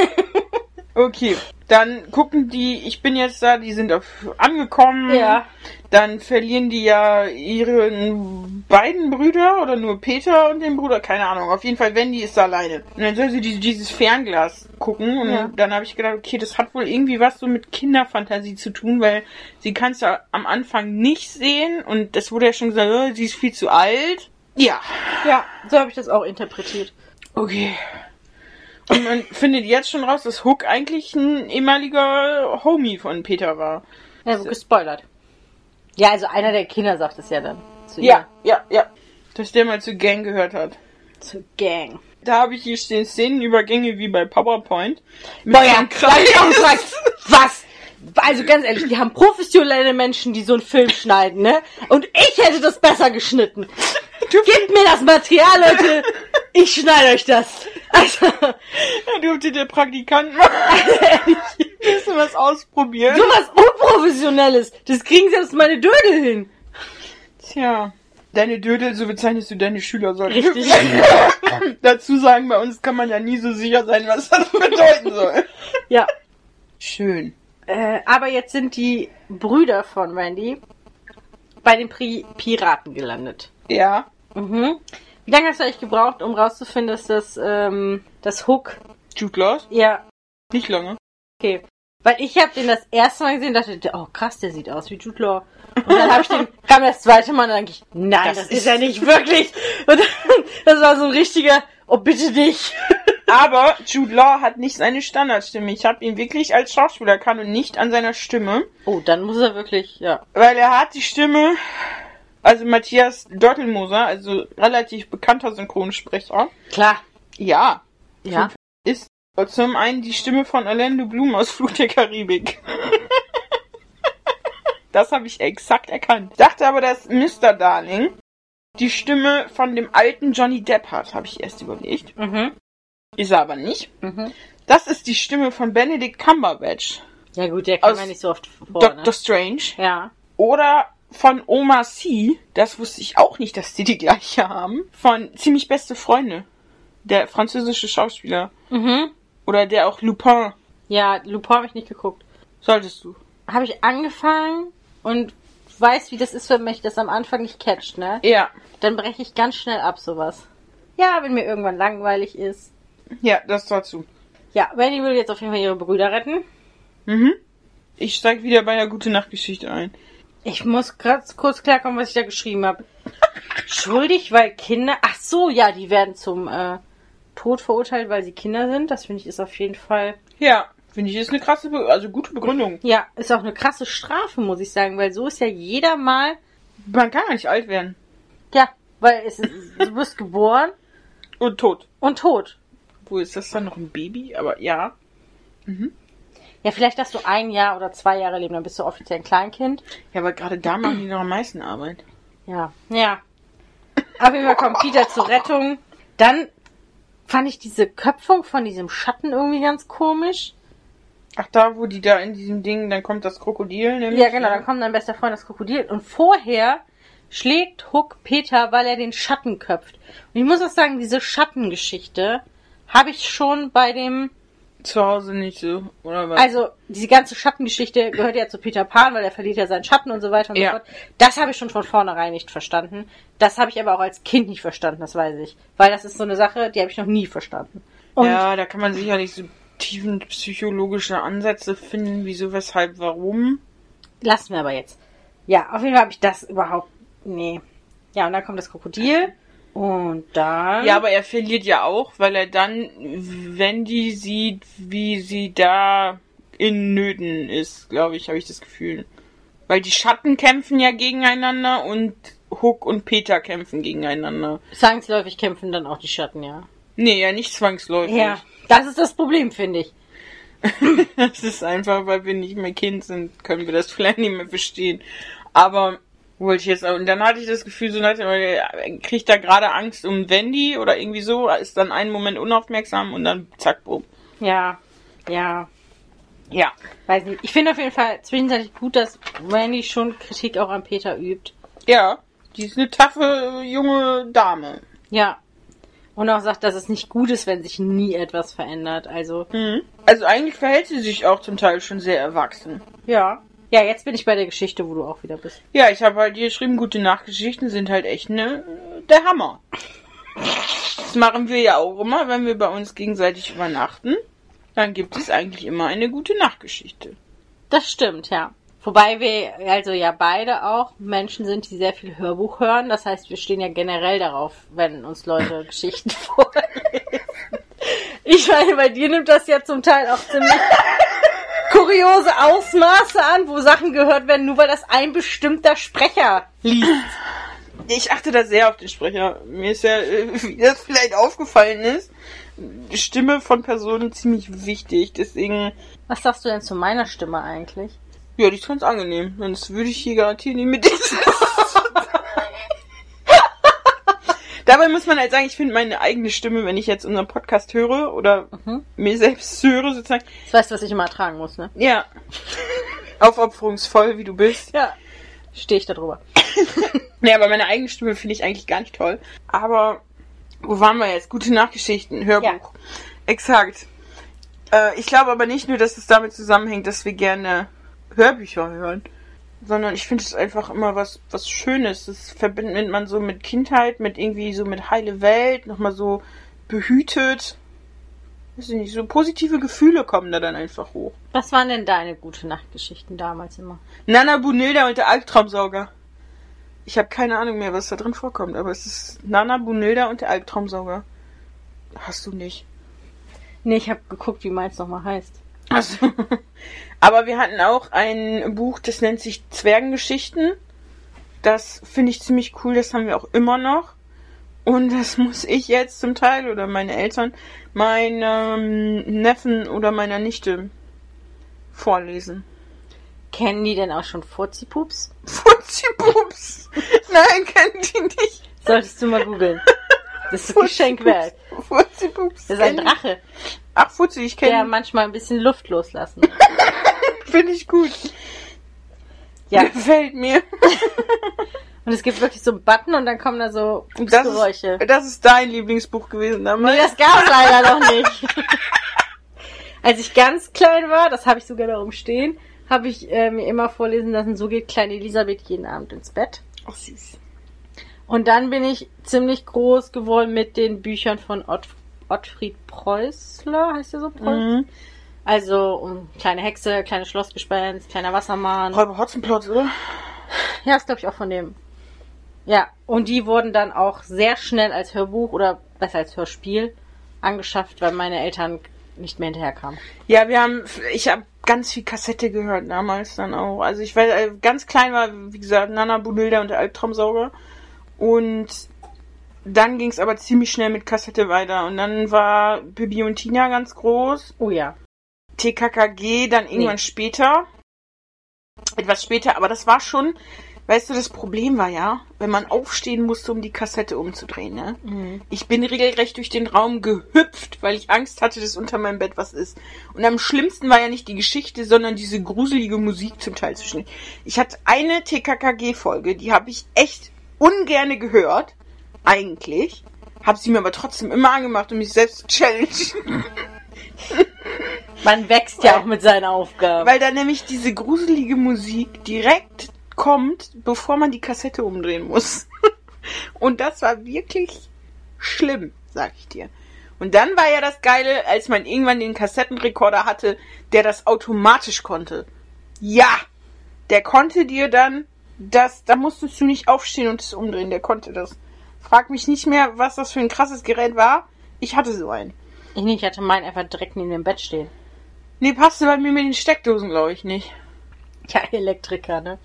Okay, dann gucken die, ich bin jetzt da, die sind angekommen. Ja. Dann verlieren die ja ihren beiden Brüder oder nur Peter und den Bruder, keine Ahnung. Auf jeden Fall, Wendy ist da alleine. Und dann soll sie dieses Fernglas gucken. Und dann habe ich gedacht, okay, das hat wohl irgendwie was so mit Kinderfantasie zu tun, weil sie kann es ja am Anfang nicht sehen. Und das wurde ja schon gesagt, oh, sie ist viel zu alt. Ja. Ja, so habe ich das auch interpretiert. Okay. Und man findet jetzt schon raus, dass Hook eigentlich ein ehemaliger Homie von Peter war. Ja, so gespoilert. Ja, also einer der Kinder sagt es ja dann zu Ja. Dass der mal zur Gang gehört hat. Zur Gang. Da habe ich hier stehen Szenenübergänge wie bei PowerPoint. Boah, ja, da hab ich auch gefragt, was? Also ganz ehrlich, die haben professionelle Menschen, die so einen Film schneiden, ne? Und ich hätte das besser geschnitten. Gebt mir das Material, Leute. Ich schneide euch das. Also, Durfte der Praktikant mal ein bisschen was ausprobieren. sowas Unprofessionelles. Das kriegen selbst meine Dödel hin. Tja. Deine Dödel, so bezeichnest du deine Schüler, soll ich Richtig. dazu sagen, bei uns kann man ja nie so sicher sein, was das bedeuten soll. Ja. Schön. Aber jetzt sind die Brüder von Randy bei den Piraten gelandet. Ja. Mhm. Wie lange hast du eigentlich gebraucht, um rauszufinden, dass das Hook... Jude Law? Ja, Nicht lange. okay. Weil ich habe den das erste Mal gesehen und dachte, oh krass, der sieht aus wie Jude Law. Und dann kam das zweite Mal und dann dachte ich, nein, das ist er nicht wirklich. Und das war so ein richtiger, oh bitte nicht. Aber Jude Law hat nicht seine Standardstimme. Ich habe ihn wirklich als Schauspieler erkannt und nicht an seiner Stimme. Oh, dann muss er wirklich, ja. Weil er hat die Stimme, also Matthias Dörtelmoser, also relativ bekannter Synchronsprecher. Klar. Ja. Ja. Ist zum einen die Stimme von Orlando Bloom aus Fluch der Karibik. Das habe ich exakt erkannt. Ich dachte aber, dass Mr. Darling die Stimme von dem alten Johnny Depp hat, habe ich erst überlegt. Mhm. Ist er aber nicht. Mhm. Das ist die Stimme von Benedict Cumberbatch. Ja gut, der kam Aus ja nicht so oft vor, Dr. ne? Strange. Ja. Oder von Oma C. Das wusste ich auch nicht, dass die gleiche haben. Von Ziemlich beste Freunde. Der französische Schauspieler. Mhm. Oder der auch Lupin. Ja, Lupin habe ich nicht geguckt. Solltest du. Habe ich angefangen und weiß, wie das ist, wenn mich das am Anfang nicht catcht, ne? Ja. Dann breche ich ganz schnell ab, sowas. Ja, wenn mir irgendwann langweilig ist. Ja, das dazu. Ja, Wendy will jetzt auf jeden Fall ihre Brüder retten. Mhm. Ich steig wieder bei der Gute-Nacht-Geschichte ein. Ich muss kurz klarkommen, was ich da geschrieben habe. Schuldig, weil Kinder... Ach so, ja, die werden zum Tod verurteilt, weil sie Kinder sind. Das finde ich ist auf jeden Fall... Ja, finde ich, ist eine krasse, also gute Begründung. Ja, ist auch eine krasse Strafe, muss ich sagen, weil so ist ja jeder mal... Man kann ja nicht alt werden. Ja, weil du wirst geboren Und tot. und tot. Wo ist das dann noch ein Baby? Aber ja. Mhm. Ja, vielleicht darfst du 1 Jahr oder 2 Jahre leben, dann bist du offiziell ein Kleinkind. Ja, aber gerade da machen die noch am meisten Arbeit. Ja. Ja. Auf jeden Fall kommt Peter zur Rettung. Dann fand ich diese Köpfung von diesem Schatten irgendwie ganz komisch. Ach, da, wo die da in diesem Ding, dann kommt das Krokodil, nämlich. Ja, genau, dann kommt dein bester Freund das Krokodil. Und vorher schlägt Hook Peter, weil er den Schatten köpft. Und ich muss auch sagen, diese Schattengeschichte habe ich schon bei dem zu Hause nicht so, oder was? Also, diese ganze Schattengeschichte gehört ja zu Peter Pan, weil er verliert ja seinen Schatten und so weiter und so fort. Das habe ich schon von vornherein nicht verstanden. Das habe ich aber auch als Kind nicht verstanden, das weiß ich. Weil das ist so eine Sache, die habe ich noch nie verstanden. Und ja, da kann man sicherlich so tiefen psychologische Ansätze finden, wieso, weshalb, warum. Lassen wir aber jetzt. Ja, auf jeden Fall habe ich das überhaupt... Nee. Ja, und dann kommt das Krokodil. Und dann... Ja, aber er verliert ja auch, weil er dann, wenn die sieht, wie sie da in Nöten ist, glaube ich, habe ich das Gefühl. Weil die Schatten kämpfen ja gegeneinander und Hook und Peter kämpfen gegeneinander. Zwangsläufig kämpfen dann auch die Schatten, ja. Nee, ja, nicht zwangsläufig. Ja, das ist das Problem, finde ich. Das ist einfach, weil wir nicht mehr Kind sind, können wir das vielleicht nicht mehr verstehen. Aber wollte ich jetzt auch. Und dann hatte ich das Gefühl, so er kriegt da gerade Angst um Wendy oder irgendwie so, ist dann einen Moment unaufmerksam und dann zack, bumm. Ja. Weiß nicht. Ich finde auf jeden Fall zwischenzeitlich gut, dass Wendy schon Kritik auch an Peter übt. Ja, die ist eine taffe junge Dame. Ja. Und auch sagt, dass es nicht gut ist, wenn sich nie etwas verändert. Also. Also eigentlich verhält sie sich auch zum Teil schon sehr erwachsen. Ja. Ja, jetzt bin ich bei der Geschichte, wo du auch wieder bist. Ja, ich habe halt hier geschrieben, gute Nachtgeschichten sind halt echt der Hammer. Das machen wir ja auch immer, wenn wir bei uns gegenseitig übernachten. Dann gibt es eigentlich immer eine gute Nachtgeschichte. Das stimmt, ja. Wobei wir also ja beide auch Menschen sind, die sehr viel Hörbuch hören. Das heißt, wir stehen ja generell darauf, wenn uns Leute Geschichten vorlesen. Ich meine, bei dir nimmt das ja zum Teil auch ziemlich kuriose Ausmaße an, wo Sachen gehört werden, nur weil das ein bestimmter Sprecher liest. Ich achte da sehr auf den Sprecher. Mir ist ja, wie das vielleicht aufgefallen ist, die Stimme von Personen ziemlich wichtig. Deswegen... Was sagst du denn zu meiner Stimme eigentlich? Ja, die ist ganz angenehm. Sonst würde ich hier garantiert nicht mit dir sitzen. Dabei muss man halt sagen, ich finde meine eigene Stimme, wenn ich jetzt unseren Podcast höre oder mir selbst höre sozusagen. Das weißt du, was ich immer ertragen muss, ne? Ja. Aufopferungsvoll, wie du bist. Ja. Stehe ich da drüber. Ja, aber meine eigene Stimme finde ich eigentlich gar nicht toll. Aber, wo waren wir jetzt? Gute Nachgeschichten, Hörbuch. Ja. Exakt. Ich glaube aber nicht nur, dass es damit zusammenhängt, dass wir gerne Hörbücher hören, sondern ich finde es einfach immer was Schönes. Das verbindet man so mit Kindheit, mit irgendwie so mit heile Welt, nochmal so behütet. Weiß ich nicht, so positive Gefühle kommen da dann einfach hoch. Was waren denn deine gute Nachtgeschichten damals immer? Nana Brunhilda und der Albtraumsauger. Ich habe keine Ahnung mehr, was da drin vorkommt, aber es ist Nana Brunhilda und der Albtraumsauger. Hast du nicht? Nee, ich habe geguckt, wie meins nochmal heißt. Achso. Aber wir hatten auch ein Buch, das nennt sich Zwergengeschichten. Das finde ich ziemlich cool, das haben wir auch immer noch. Und das muss ich jetzt zum Teil oder meine Eltern meinem Neffen oder meiner Nichte vorlesen. Kennen die denn auch schon Furzi-Pups? Furzi-Pups? Nein, kennen die nicht. Solltest du mal googeln. Das ist ein Geschenk wert. Furzi-Pups. Das ist ein Drache. Ach, Furzi, ich kenne. Der manchmal ein bisschen Luft loslassen. Finde ich gut. Ja. Gefällt mir. Und es gibt wirklich so einen Button und dann kommen da so Pupsgeräusche. Das ist dein Lieblingsbuch gewesen damals. Nee, das gab es leider noch nicht. Als ich ganz klein war, das habe ich sogar da oben stehen, habe ich mir immer vorlesen lassen, so geht kleine Elisabeth jeden Abend ins Bett. Ach, süß. Und dann bin ich ziemlich groß geworden mit den Büchern von Ottfried Preußler, heißt der so? Mhm. Also kleine Hexe, kleines Schlossgespenst, kleiner Wassermann. Räuber Hotzenplotz, oder? Ja, ist glaube ich auch von dem. Ja, und die wurden dann auch sehr schnell als Hörbuch oder besser als Hörspiel angeschafft, weil meine Eltern nicht mehr hinterherkamen. Ja, ich habe ganz viel Kassette gehört damals dann auch. Also ich war ganz klein war, wie gesagt, Nana Brunhilda und der Albtraumsauger. Und dann ging es aber ziemlich schnell mit Kassette weiter. Und dann war Bibi und Tina ganz groß. Oh ja. TKKG dann irgendwann später. Etwas später, aber das war schon, weißt du, das Problem war ja, wenn man aufstehen musste, um die Kassette umzudrehen, ne? Mhm. Ich bin regelrecht durch den Raum gehüpft, weil ich Angst hatte, dass unter meinem Bett was ist. Und am schlimmsten war ja nicht die Geschichte, sondern diese gruselige Musik zum Teil zwischen. Ich hatte eine TKKG-Folge, die habe ich echt ungerne gehört, eigentlich. Habe sie mir aber trotzdem immer angemacht, um mich selbst zu challengen. Man wächst ja auch mit seinen Aufgaben. Weil da nämlich diese gruselige Musik direkt kommt, bevor man die Kassette umdrehen muss. Und das war wirklich schlimm, sag ich dir. Und dann war ja das Geile, als man irgendwann den Kassettenrekorder hatte, der das automatisch konnte. Ja, der konnte dir dann da musstest du nicht aufstehen und es umdrehen, der konnte das. Frag mich nicht mehr, was das für ein krasses Gerät war. Ich hatte so einen. Ich hatte meinen einfach direkt neben dem Bett stehen. Nee, passte bei mir mit den Steckdosen, glaube ich, nicht. Ja, Elektriker, ne?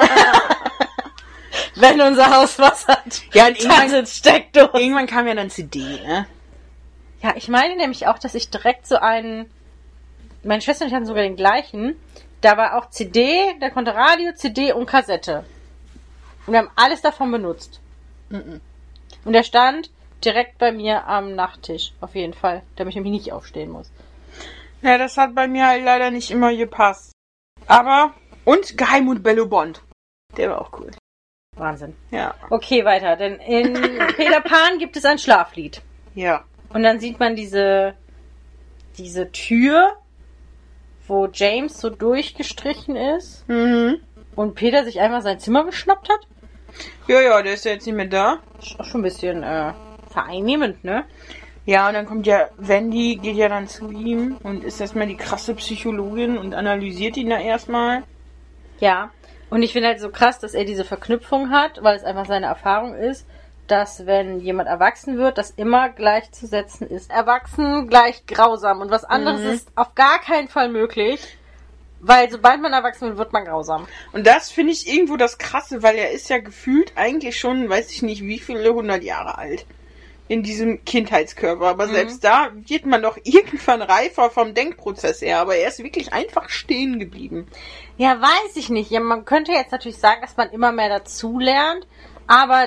Wenn unser Haus was hat. Ja, und irgendwann kam ja dann CD, ne? Ja, ich meine nämlich auch, dass ich direkt so einen... Meine Schwester und ich hatten sogar den gleichen. Da war auch CD, der konnte Radio, CD und Kassette. Und wir haben alles davon benutzt. Und der stand direkt bei mir am Nachttisch, auf jeden Fall, damit ich nämlich nicht aufstehen muss. Ja, das hat bei mir halt leider nicht immer gepasst. Aber, und Geheimhund Bello Bond. Der war auch cool. Wahnsinn. Ja. Okay, weiter. Denn in Peter Pan gibt es ein Schlaflied. Ja. Und dann sieht man diese Tür, wo James so durchgestrichen ist. Und Peter sich einmal sein Zimmer geschnappt hat. Ja, der ist ja jetzt nicht mehr da. Ist auch schon ein bisschen vereinnehmend, ne? Ja, und dann kommt ja Wendy, geht ja dann zu ihm und ist erstmal die krasse Psychologin und analysiert ihn da erstmal. Ja, und ich finde halt so krass, dass er diese Verknüpfung hat, weil es einfach seine Erfahrung ist, dass wenn jemand erwachsen wird, das immer gleichzusetzen ist. Erwachsen gleich grausam und was anderes ist auf gar keinen Fall möglich, weil sobald man erwachsen wird, wird man grausam. Und das finde ich irgendwo das Krasse, weil er ist ja gefühlt eigentlich schon, weiß ich nicht wie viele 100 Jahre alt. In diesem Kindheitskörper. Aber selbst da wird man doch irgendwann reifer vom Denkprozess her. Aber er ist wirklich einfach stehen geblieben. Ja, weiß ich nicht. Ja, man könnte jetzt natürlich sagen, dass man immer mehr dazu lernt. Aber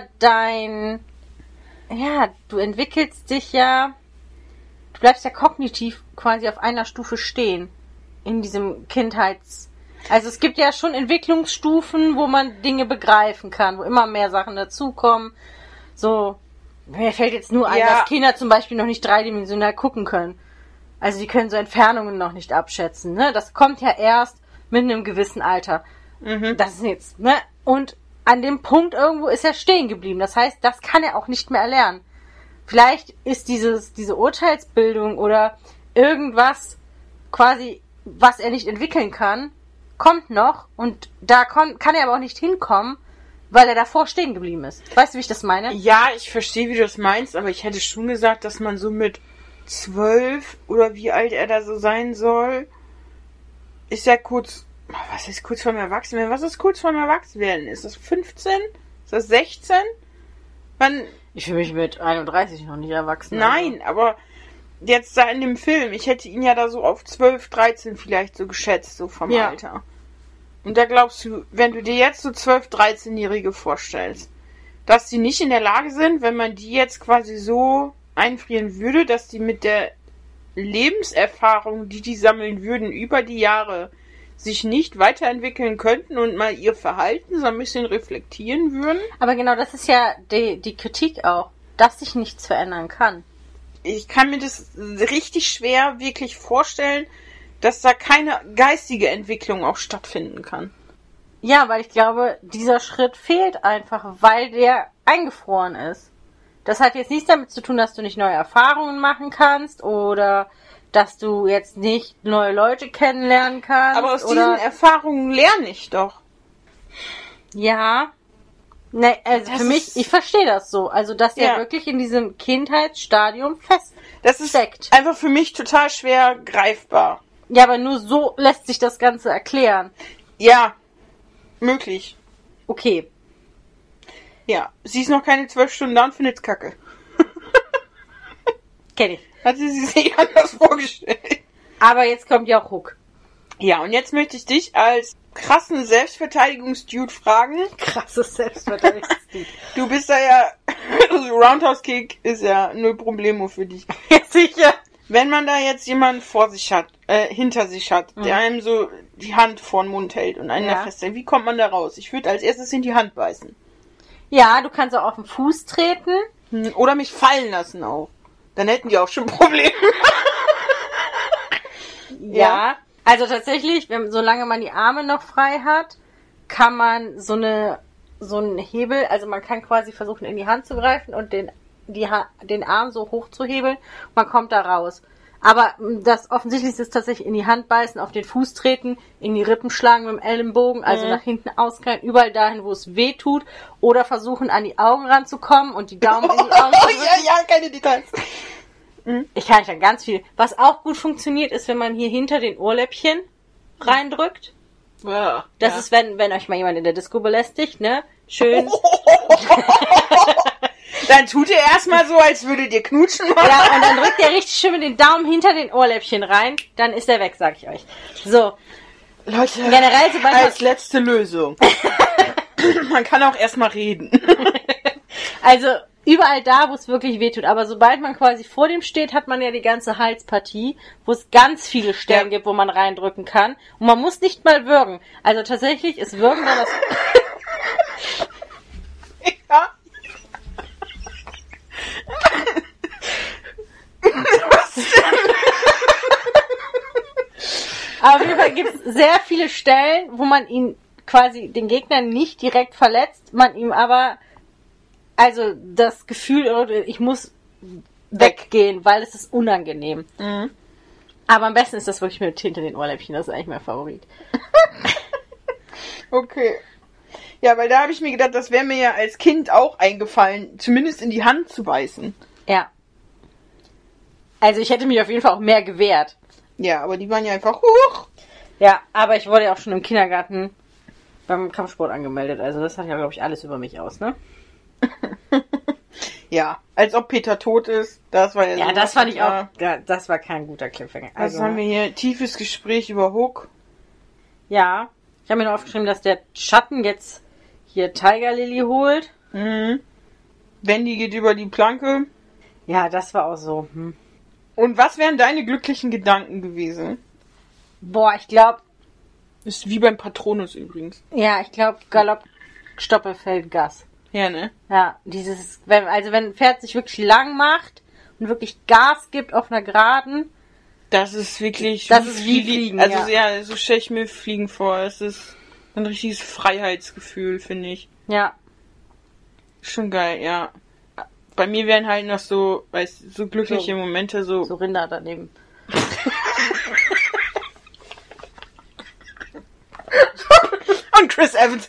du entwickelst dich ja, du bleibst ja kognitiv quasi auf einer Stufe stehen. In diesem Also es gibt ja schon Entwicklungsstufen, wo man Dinge begreifen kann. Wo immer mehr Sachen dazukommen. So... Mir fällt jetzt nur ein, dass Kinder zum Beispiel noch nicht dreidimensional gucken können. Also die können so Entfernungen noch nicht abschätzen, ne? Das kommt ja erst mit einem gewissen Alter. Das ist jetzt, ne? Und an dem Punkt irgendwo ist er stehen geblieben. Das heißt, das kann er auch nicht mehr erlernen. Vielleicht ist diese Urteilsbildung oder irgendwas quasi, was er nicht entwickeln kann, kommt noch und da kann er aber auch nicht hinkommen, weil er davor stehen geblieben ist. Weißt du, wie ich das meine? Ja, ich verstehe, wie du das meinst, aber ich hätte schon gesagt, dass man so mit 12 oder wie alt er da so sein soll, ist ja kurz... Was ist kurz vorm Erwachsenwerden? Was ist kurz vorm Erwachsenwerden? Ist das 15? Ist das 16? Ich fühle mich mit 31 noch nicht erwachsen. Nein, aber jetzt da in dem Film, ich hätte ihn ja da so auf 12, 13 vielleicht so geschätzt, so vom Alter. Und da glaubst du, wenn du dir jetzt so 12-, 13-Jährige vorstellst, dass die nicht in der Lage sind, wenn man die jetzt quasi so einfrieren würde, dass die mit der Lebenserfahrung, die sammeln würden über die Jahre, sich nicht weiterentwickeln könnten und mal ihr Verhalten so ein bisschen reflektieren würden? Aber genau, das ist ja die Kritik auch, dass sich nichts verändern kann. Ich kann mir das richtig schwer wirklich vorstellen, dass da keine geistige Entwicklung auch stattfinden kann. Ja, weil ich glaube, dieser Schritt fehlt einfach, weil der eingefroren ist. Das hat jetzt nichts damit zu tun, dass du nicht neue Erfahrungen machen kannst oder dass du jetzt nicht neue Leute kennenlernen kannst. Aber aus diesen Erfahrungen lerne ich doch. Ja. Ne, also für mich, ich verstehe das so. Also, dass der wirklich in diesem Kindheitsstadium feststeckt. Das ist einfach für mich total schwer greifbar. Ja, aber nur so lässt sich das Ganze erklären. Ja, möglich. Okay. Ja, sie ist noch keine 12 Stunden da und findet's kacke. Kenn ich. Hat sie sich anders vorgestellt. Aber jetzt kommt ja auch Hook. Ja, und jetzt möchte ich dich als krassen Selbstverteidigungsdude fragen. Krasses Selbstverteidigungsdude. Du bist da ja... Roundhouse Kick ist ja null Problemo für dich. Ja, sicher. Wenn man da jetzt jemanden vor sich hat, hinter sich hat, der einem so die Hand vor den Mund hält und einen da festhält, wie kommt man da raus? Ich würde als erstes in die Hand beißen. Ja, du kannst auch auf den Fuß treten. Oder mich fallen lassen auch. Dann hätten die auch schon Probleme. Ja. Also tatsächlich, solange man die Arme noch frei hat, kann man so einen Hebel, also man kann quasi versuchen, in die Hand zu greifen und den Arm so hoch zu hebeln. Man kommt da raus. Aber das Offensichtlichste ist tatsächlich in die Hand beißen, auf den Fuß treten, in die Rippen schlagen mit dem Ellenbogen, also nach hinten ausknallen, überall dahin, wo es weh tut, oder versuchen, an die Augen ranzukommen und die Daumen in die Augen zu drücken. Ja, keine Details. Ich kann dann ganz viel. Was auch gut funktioniert, ist, wenn man hier hinter den Ohrläppchen reindrückt. Ja, Das ist, wenn euch mal jemand in der Disco belästigt, ne? Schön. Dann tut ihr erstmal so, als würdet ihr knutschen. Ja, und dann drückt ihr richtig schön mit den Daumen hinter den Ohrläppchen rein, dann ist er weg, sag ich euch. So. Leute, generell, sobald als letzte Lösung. Man kann auch erstmal reden. Also, überall da, wo es wirklich wehtut. Aber sobald man quasi vor dem steht, hat man ja die ganze Halspartie, wo es ganz viele Stellen gibt, wo man reindrücken kann. Und man muss nicht mal würgen. Also tatsächlich ist Würgen dann das... Ja. Was denn? Aber auf jeden Fall gibt es sehr viele Stellen, wo man ihn quasi, den Gegner nicht direkt verletzt, man ihm aber, also das Gefühl, ich muss weggehen, weil es ist unangenehm. Mhm. Aber am besten ist das wirklich mit hinter den Ohrläppchen, das ist eigentlich mein Favorit. Okay. Ja, weil da habe ich mir gedacht, das wäre mir ja als Kind auch eingefallen, zumindest in die Hand zu beißen. Ja. Also ich hätte mich auf jeden Fall auch mehr gewehrt. Ja, aber die waren ja einfach hoch. Ja, aber ich wurde ja auch schon im Kindergarten beim Kampfsport angemeldet. Also das hat ja, glaube ich, alles über mich aus, ne? Ja, als ob Peter tot ist. Das war ja Ja, so das fand ich auch, ja, das war kein guter Cliffhanger. Also haben wir hier tiefes Gespräch über Hook. Ja, ich habe mir noch aufgeschrieben, dass der Schatten jetzt hier Tiger Lily holt. Mhm. Wendy geht über die Planke. Ja, das war auch so. Und was wären deine glücklichen Gedanken gewesen? Boah, ich glaube... Ist wie beim Patronus übrigens. Ja, ich glaube Galopp, Stoppelfeld, Gas. Ja, ne? Ja, wenn ein Pferd sich wirklich lang macht und wirklich Gas gibt auf einer Geraden. Das ist wirklich... Das ist wie Fliegen, also ja, so stelle ich mir Fliegen vor. Es ist ein richtiges Freiheitsgefühl, finde ich. Ja. Schon geil, ja. Bei mir wären halt noch so, so glückliche Momente, so Rinder daneben. Und Chris Evans.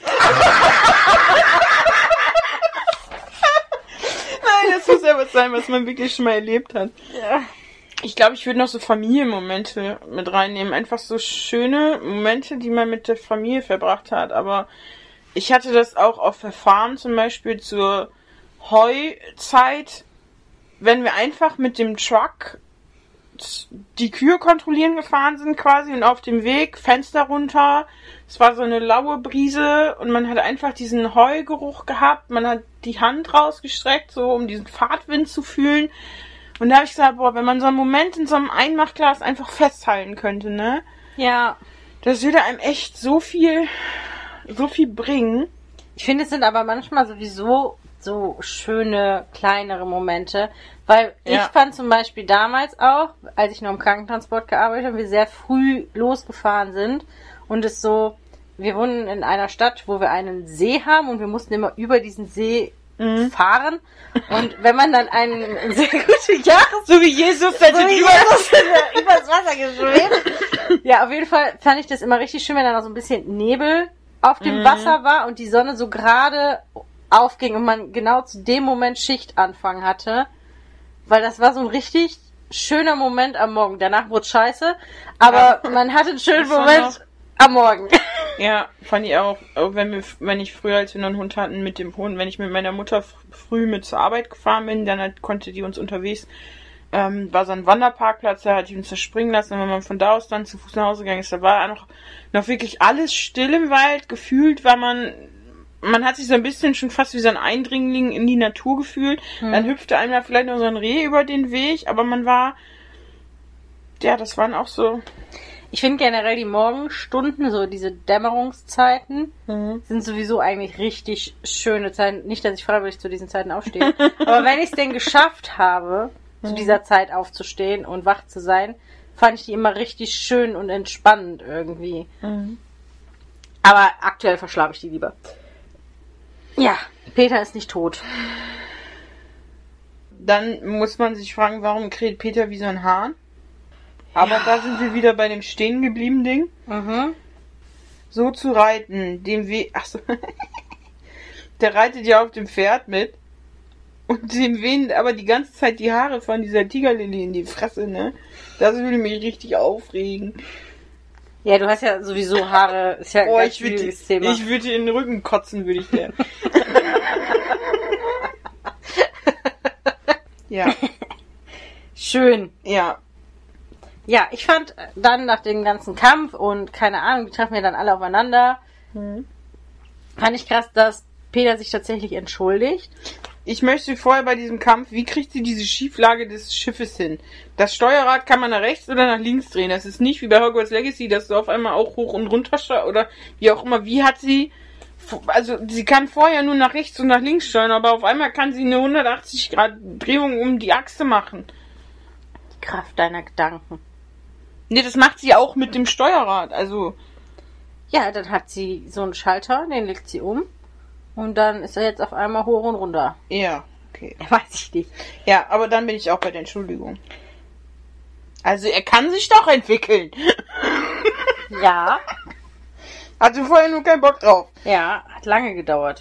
Nein, das muss ja was sein, was man wirklich schon mal erlebt hat. Ja. Ich glaube, ich würde noch so Familienmomente mit reinnehmen. Einfach so schöne Momente, die man mit der Familie verbracht hat. Aber ich hatte das auch auf der Farm zum Beispiel zur Heuzeit, wenn wir einfach mit dem Truck die Kühe kontrollieren gefahren sind quasi und auf dem Weg Fenster runter. Es war so eine laue Brise und man hat einfach diesen Heugeruch gehabt. Man hat die Hand rausgestreckt, so um diesen Fahrtwind zu fühlen. Und da habe ich gesagt, boah, wenn man so einen Moment in so einem Einmachglas einfach festhalten könnte, ne? Ja. Das würde einem echt so viel bringen. Ich finde, es sind aber manchmal sowieso so schöne, kleinere Momente. Weil ich fand zum Beispiel damals auch, als ich noch im Krankentransport gearbeitet habe, wir sehr früh losgefahren sind. Und es so, wir wohnen in einer Stadt, wo wir einen See haben und wir mussten immer über diesen See fahren. Und wenn man dann einen sehr guten so wie Jesus, der übers Wasser geschwebt. Ja, auf jeden Fall fand ich das immer richtig schön, wenn da noch so ein bisschen Nebel auf dem Wasser war und die Sonne so gerade aufging und man genau zu dem Moment Schichtanfang hatte. Weil das war so ein richtig schöner Moment am Morgen. Danach wurde es scheiße, aber man hatte einen schönen Moment am Morgen. Ja, fand ich auch wenn ich früher, als wir noch einen Hund hatten, mit dem Hund, wenn ich mit meiner Mutter früh mit zur Arbeit gefahren bin, dann konnte die uns unterwegs, war so ein Wanderparkplatz, da hat die uns da springen lassen, und wenn man von da aus dann zu Fuß nach Hause gegangen ist, da war noch wirklich alles still im Wald, gefühlt war man hat sich so ein bisschen schon fast wie so ein Eindringling in die Natur gefühlt. Dann hüpfte einem da vielleicht noch so ein Reh über den Weg, aber man war, ja, das waren auch so... Ich finde generell die Morgenstunden, so diese Dämmerungszeiten, sind sowieso eigentlich richtig schöne Zeiten. Nicht, dass ich freiwillig zu diesen Zeiten aufstehe, aber wenn ich es denn geschafft habe, zu dieser Zeit aufzustehen und wach zu sein, fand ich die immer richtig schön und entspannend irgendwie. Mhm. Aber aktuell verschlafe ich die lieber. Ja, Peter ist nicht tot. Dann muss man sich fragen, warum kräht Peter wie so ein Hahn? Aber da sind wir wieder bei dem stehen geblieben Ding. Mhm. So zu reiten, dem Weg... Achso. Der reitet ja auf dem Pferd mit. Und dem wehen aber die ganze Zeit die Haare von dieser Tigerlily in die Fresse, ne? Das würde mich richtig aufregen. Ja, du hast ja sowieso Haare. Ist ja ein ganz schwieriges Thema. Ich würde in den Rücken kotzen, würde ich der. Ja. Schön. Ja. Ja, ich fand dann nach dem ganzen Kampf und keine Ahnung, die treffen ja dann alle aufeinander. Fand ich krass, dass Peter sich tatsächlich entschuldigt. Ich möchte vorher bei diesem Kampf, wie kriegt sie diese Schieflage des Schiffes hin? Das Steuerrad kann man nach rechts oder nach links drehen. Das ist nicht wie bei Hogwarts Legacy, dass du auf einmal auch hoch und runter oder wie auch immer. Wie hat sie, also sie kann vorher nur nach rechts und nach links steuern, aber auf einmal kann sie eine 180 Grad Drehung um die Achse machen. Die Kraft deiner Gedanken. Nee, das macht sie auch mit dem Steuerrad, also. Ja, dann hat sie so einen Schalter, den legt sie um. Und dann ist er jetzt auf einmal hoch und runter. Ja, okay. Weiß ich nicht. Ja, aber dann bin ich auch bei der Entschuldigung. Also er kann sich doch entwickeln. Ja. Hatte vorher nur keinen Bock drauf. Ja, hat lange gedauert.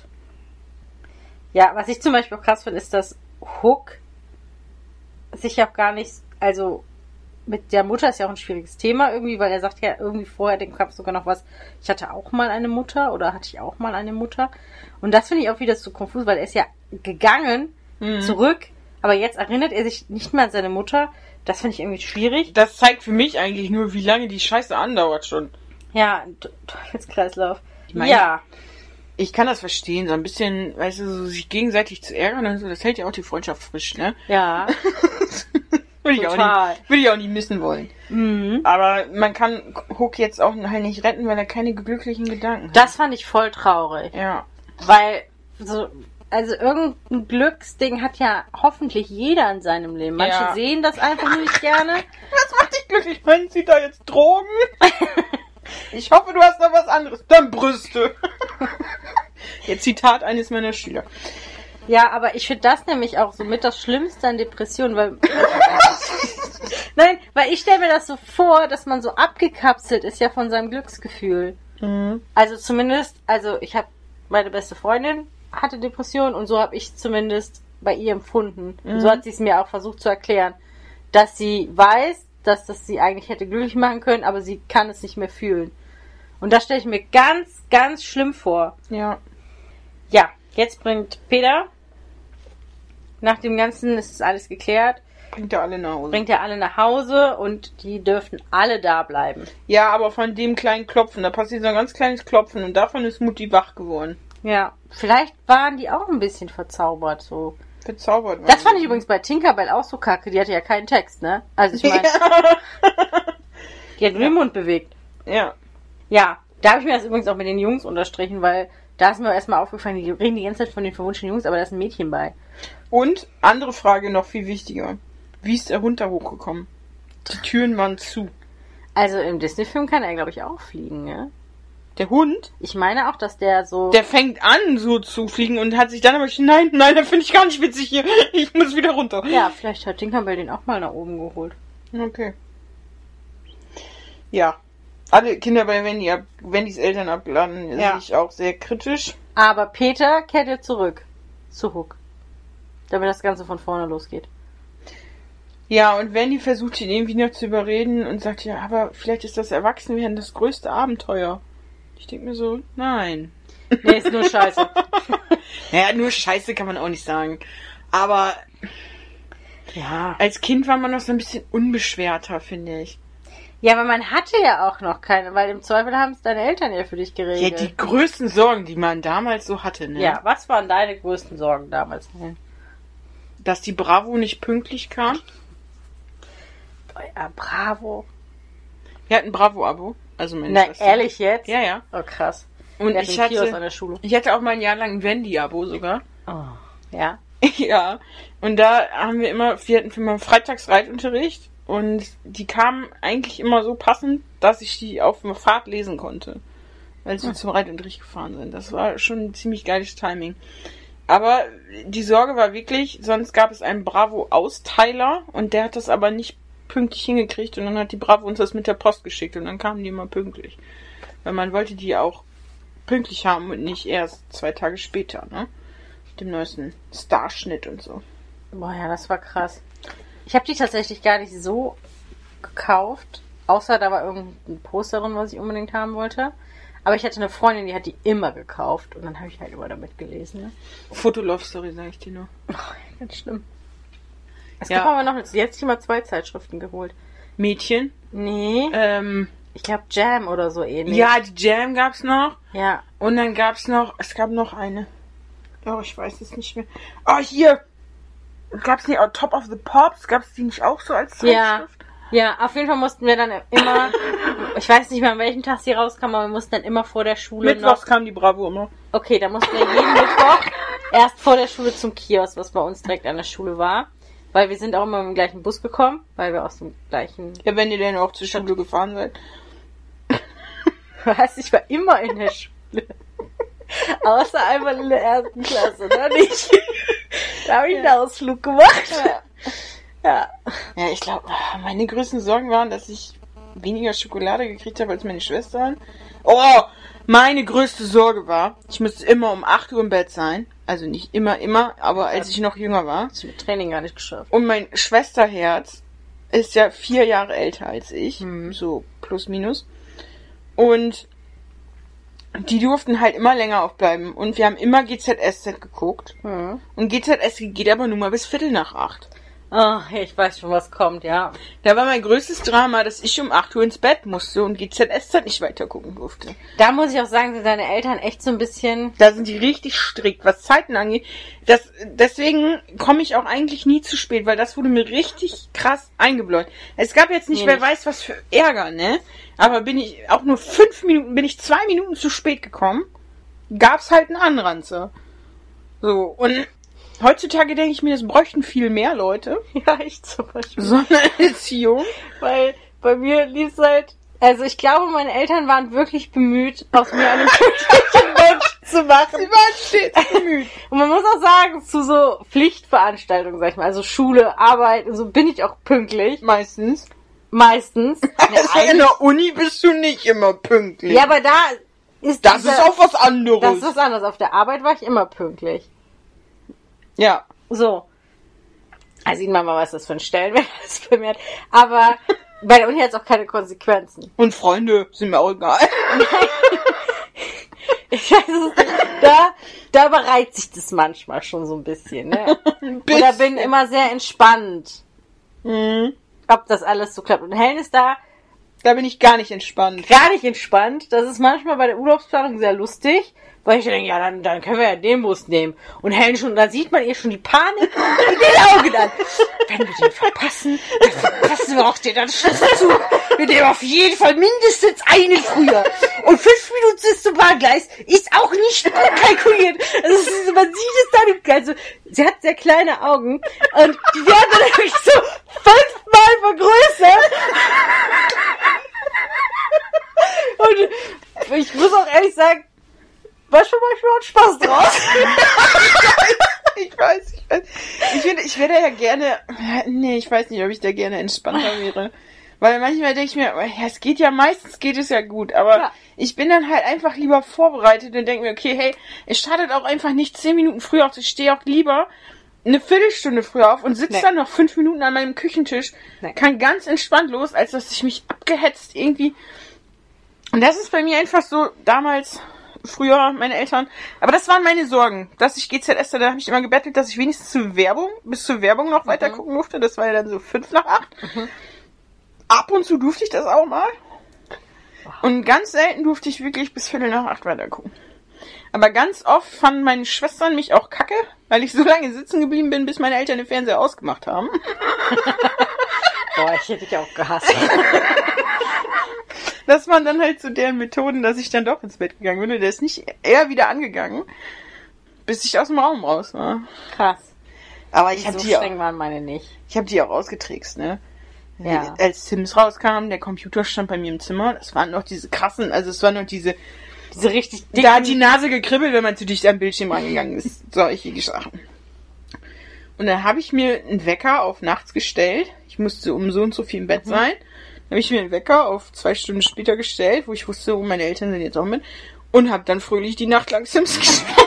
Ja, was ich zum Beispiel auch krass finde, ist, dass Hook sich auch gar nicht, also mit der Mutter ist ja auch ein schwieriges Thema irgendwie, weil er sagt ja irgendwie vorher den Kampf sogar noch was, ich hatte auch mal eine Mutter oder hatte ich auch mal eine Mutter. Und das finde ich auch wieder so konfus, weil er ist ja gegangen, zurück, aber jetzt erinnert er sich nicht mehr an seine Mutter. Das finde ich irgendwie schwierig. Das zeigt für mich eigentlich nur, wie lange die Scheiße andauert schon. Ja, Teufelskreislauf. Ich meine, ja. Ich kann das verstehen, so ein bisschen, weißt du, so sich gegenseitig zu ärgern und so, das hält ja auch die Freundschaft frisch, ne? Ja. Würde ich auch nicht missen wollen. Mhm. Aber man kann Hook jetzt auch halt nicht retten, weil er keine glücklichen Gedanken hat. Das fand ich voll traurig. Ja. Weil, so, also irgendein Glücksding hat ja hoffentlich jeder in seinem Leben. Manche sehen das einfach nur nicht gerne. Was macht dich glücklich? Meinen Sie da jetzt Drogen? Ich hoffe, du hast da was anderes. Dann Brüste. Jetzt Zitat eines meiner Schüler. Ja, aber ich finde das nämlich auch so mit das Schlimmste an Depressionen, weil... Nein, weil ich stelle mir das so vor, dass man so abgekapselt ist ja von seinem Glücksgefühl. Mhm. Also zumindest, ich habe meine beste Freundin hatte Depressionen und so habe ich zumindest bei ihr empfunden. Und so hat sie es mir auch versucht zu erklären, dass sie weiß, dass das sie eigentlich hätte glücklich machen können, aber sie kann es nicht mehr fühlen. Und das stelle ich mir ganz, ganz schlimm vor. Ja. Ja, jetzt bringt Peter, nach dem Ganzen ist alles geklärt, Bringt er alle nach Hause. bringt er alle nach Hause und die dürften alle da bleiben. Ja, aber von dem kleinen Klopfen, da passiert so ein ganz kleines Klopfen und davon ist Mutti wach geworden. Ja, vielleicht waren die auch ein bisschen verzaubert, so. Verzaubert. Das fand ich übrigens bei Tinkerbell auch so kacke, die hatte ja keinen Text, ne? Also ich meine, die hat nur den Mund bewegt. Ja. Ja, da habe ich mir das übrigens auch mit den Jungs unterstrichen, weil da ist mir erstmal aufgefallen, die reden die ganze Zeit von den verwunschenen Jungs, aber da ist ein Mädchen bei. Und, andere Frage noch viel wichtiger. Wie ist der Hund da hochgekommen? Die Türen waren zu. Also im Disney-Film kann er, glaube ich, auch fliegen, ne? Der Hund? Ich meine auch, dass der so... Der fängt an, so zu fliegen und hat sich dann aber nein, das finde ich gar nicht witzig hier. Ich muss wieder runter. Ja, vielleicht hat Tinkerbell den auch mal nach oben geholt. Okay. Ja. Alle Kinder bei Wendys Eltern abgeladen, sehe ich auch sehr kritisch. Aber Peter kehrt jetzt zurück zu Hook. Damit das Ganze von vorne losgeht. Ja, und Wendy versucht ihn irgendwie noch zu überreden und sagt, ja, aber vielleicht ist das Erwachsenwerden das größte Abenteuer. Ich denke mir so, nein. Nee, ist nur Scheiße. Naja, nur Scheiße kann man auch nicht sagen. Aber Ja. als Kind war man noch so ein bisschen unbeschwerter, finde ich. Ja, aber man hatte ja auch noch keine, weil im Zweifel haben es deine Eltern ja für dich Ja, geregelt. die größten Sorgen, die man damals so hatte, ne? Ja, was waren deine größten Sorgen damals? Dass die Bravo nicht pünktlich kam. Ja, Bravo. Wir hatten ein Bravo-Abo. Also meine Na, Schwester. ehrlich jetzt? Ja, ja. Oh, krass. Und Wir ich hatten Kiosk an hatte, der Schule. ich hatte auch mal ein Jahr lang ein Wendy-Abo sogar. Oh. Ja? Ja. Und da haben wir hatten immer Freitags Reitunterricht. Und die kamen eigentlich immer so passend, dass ich die auf der Fahrt lesen konnte. Weil sie zum Reitunterricht gefahren sind. Das war schon ein ziemlich geiles Timing. Aber die Sorge war wirklich, sonst gab es einen Bravo-Austeiler und der hat das aber nicht pünktlich hingekriegt und dann hat die Bravo uns das mit der Post geschickt und dann kamen die immer pünktlich. Weil man wollte die auch pünktlich haben und nicht erst 2 Tage später, ne? Mit dem neuesten Starschnitt und so. Boah, ja, das war krass. Ich habe die tatsächlich gar nicht so gekauft, außer da war irgendein Poster drin, was ich unbedingt haben wollte. Aber ich hatte eine Freundin, die hat die immer gekauft und dann habe ich halt immer damit gelesen. Ne? Fotolove-Story, sag ich dir nur. Oh, ganz schlimm. Es gab aber noch, jetzt mal 2 Zeitschriften geholt. Mädchen? Nee. Ich glaube Jam oder so ähnlich. Ja, die Jam gab's noch. Ja. Und dann gab noch eine. Oh, ich weiß es nicht mehr. Oh, hier! Gab's nicht auch Top of the Pops? Gab's die nicht auch so als Zeitschrift? Ja, auf jeden Fall mussten wir dann immer, ich weiß nicht mehr, an welchem Tag sie rauskam, aber wir mussten dann immer vor der Schule Mittwochs kam die Bravo immer. Okay, da mussten wir jeden Mittwoch erst vor der Schule zum Kiosk, was bei uns direkt an der Schule war. Weil wir sind auch immer mit dem gleichen Bus gekommen, weil wir aus dem gleichen... Ja, wenn ihr denn auch zur Schule gefahren seid. Was? Ich war immer in der Schule. Außer einmal in der 1. Klasse, oder nicht? Da habe ich einen Ausflug gemacht. Ja, ich glaube, meine größten Sorgen waren, dass ich weniger Schokolade gekriegt habe als meine Schwestern. Oh, meine größte Sorge war, ich musste immer um 8 Uhr im Bett sein. Also nicht immer, aber als ich noch jünger war. Hast du mit Training gar nicht geschafft. Und mein Schwesterherz ist ja 4 Jahre älter als ich. So plus minus. Und die durften halt immer länger aufbleiben. Und wir haben immer GZSZ geguckt. Und GZSZ geht aber nur mal bis 7:45. Oh, ich weiß schon, was kommt, ja. Da war mein größtes Drama, dass ich um 8 Uhr ins Bett musste und GZSZ nicht weiter gucken durfte. Da muss ich auch sagen, sind deine Eltern echt so ein bisschen... Da sind die richtig strikt, was Zeiten angeht. Deswegen komme ich auch eigentlich nie zu spät, weil das wurde mir richtig krass eingebläut. Es gab jetzt nicht, wer weiß was für Ärger, ne? Aber bin ich auch nur 2 Minuten zu spät gekommen, gab's halt einen Anranzer. So, und heutzutage denke ich mir, das bräuchten viel mehr Leute. Ja, ich zum Beispiel. So eine Erziehung. Weil bei mir lief halt... Also ich glaube, meine Eltern waren wirklich bemüht, aus mir einen pünktlichen Mensch zu machen. Sie waren stets bemüht. Und man muss auch sagen, zu so Pflichtveranstaltungen, sag ich mal, also Schule, Arbeit, so bin ich auch pünktlich. Meistens. Ja, in der Uni bist du nicht immer pünktlich. Ja, aber da ist... Das ist auch was anderes. Das ist was anderes. Auf der Arbeit war ich immer pünktlich. Ja. So. Da sieht man mal, was das für ein Stellenwert das bei mir hat. Aber bei der Uni hat es auch keine Konsequenzen. Und Freunde sind mir auch egal. Ich weiß es nicht. Da überreizt sich das manchmal schon so ein bisschen, ne? Oder bin immer sehr entspannt. Ob das alles so klappt. Und Helen ist da bin ich gar nicht entspannt. Das ist manchmal bei der Urlaubsplanung sehr lustig, weil ich denke, ja, dann können wir ja den Bus nehmen. Und Helen schon, da sieht man ihr schon die Panik in den Augen an. Wenn wir den verpassen, dann verpassen wir auch den Anschlusszug. Wir nehmen auf jeden Fall mindestens einen früher. Und 5 Minuten bis zum Bahngleis ist auch nicht gut kalkuliert. Also man sieht es dann, also sie hat sehr kleine Augen und die werden dann wirklich so 5-mal vergrößert. Und ich muss auch ehrlich sagen, war schon manchmal auch Spaß draus. Ich weiß. Ich wäre da ja gerne... Nee, ich weiß nicht, ob ich da gerne entspannter wäre. Weil manchmal denke ich mir, ja, meistens geht es ja gut. Aber ich bin dann halt einfach lieber vorbereitet und denke mir, okay, hey, es schadet auch einfach nicht 10 Minuten früher auf. Ich stehe auch lieber eine Viertelstunde früher auf und sitze dann noch 5 Minuten an meinem Küchentisch. Kann ganz entspannt los, als dass ich mich abgehetzt irgendwie... Und das ist bei mir einfach so, damals, früher, meine Eltern, aber das waren meine Sorgen, dass ich GZS, da habe ich immer gebettelt, dass ich wenigstens bis zur Werbung noch weiter gucken durfte, das war ja dann so 7:55. Ab und zu durfte ich das auch mal. Und ganz selten durfte ich wirklich bis 7:45 weiter gucken. Aber ganz oft fanden meine Schwestern mich auch kacke, weil ich so lange sitzen geblieben bin, bis meine Eltern den Fernseher ausgemacht haben. Boah, ich hätte dich auch gehasst. Das waren dann halt so deren Methoden, dass ich dann doch ins Bett gegangen bin. Und der ist nicht eher wieder angegangen, bis ich aus dem Raum raus war. Krass. Aber ich habe so die streng waren meine nicht. Ich habe die auch ausgetrickst, ne? Ja. Als Sims rauskam, der Computer stand bei mir im Zimmer. Das waren noch diese krassen, also es waren noch diese richtig dicken... Da hat die Nase gekribbelt, wenn man zu dicht am Bildschirm rangegangen ist. Solche Sachen. Und dann habe ich mir einen Wecker auf nachts gestellt. Ich musste um so und so viel im Bett sein. Dann habe ich mir einen Wecker auf 2 Stunden später gestellt, wo ich wusste, meine Eltern sind jetzt auch mit. Und habe dann fröhlich die Nacht lang Sims gespielt.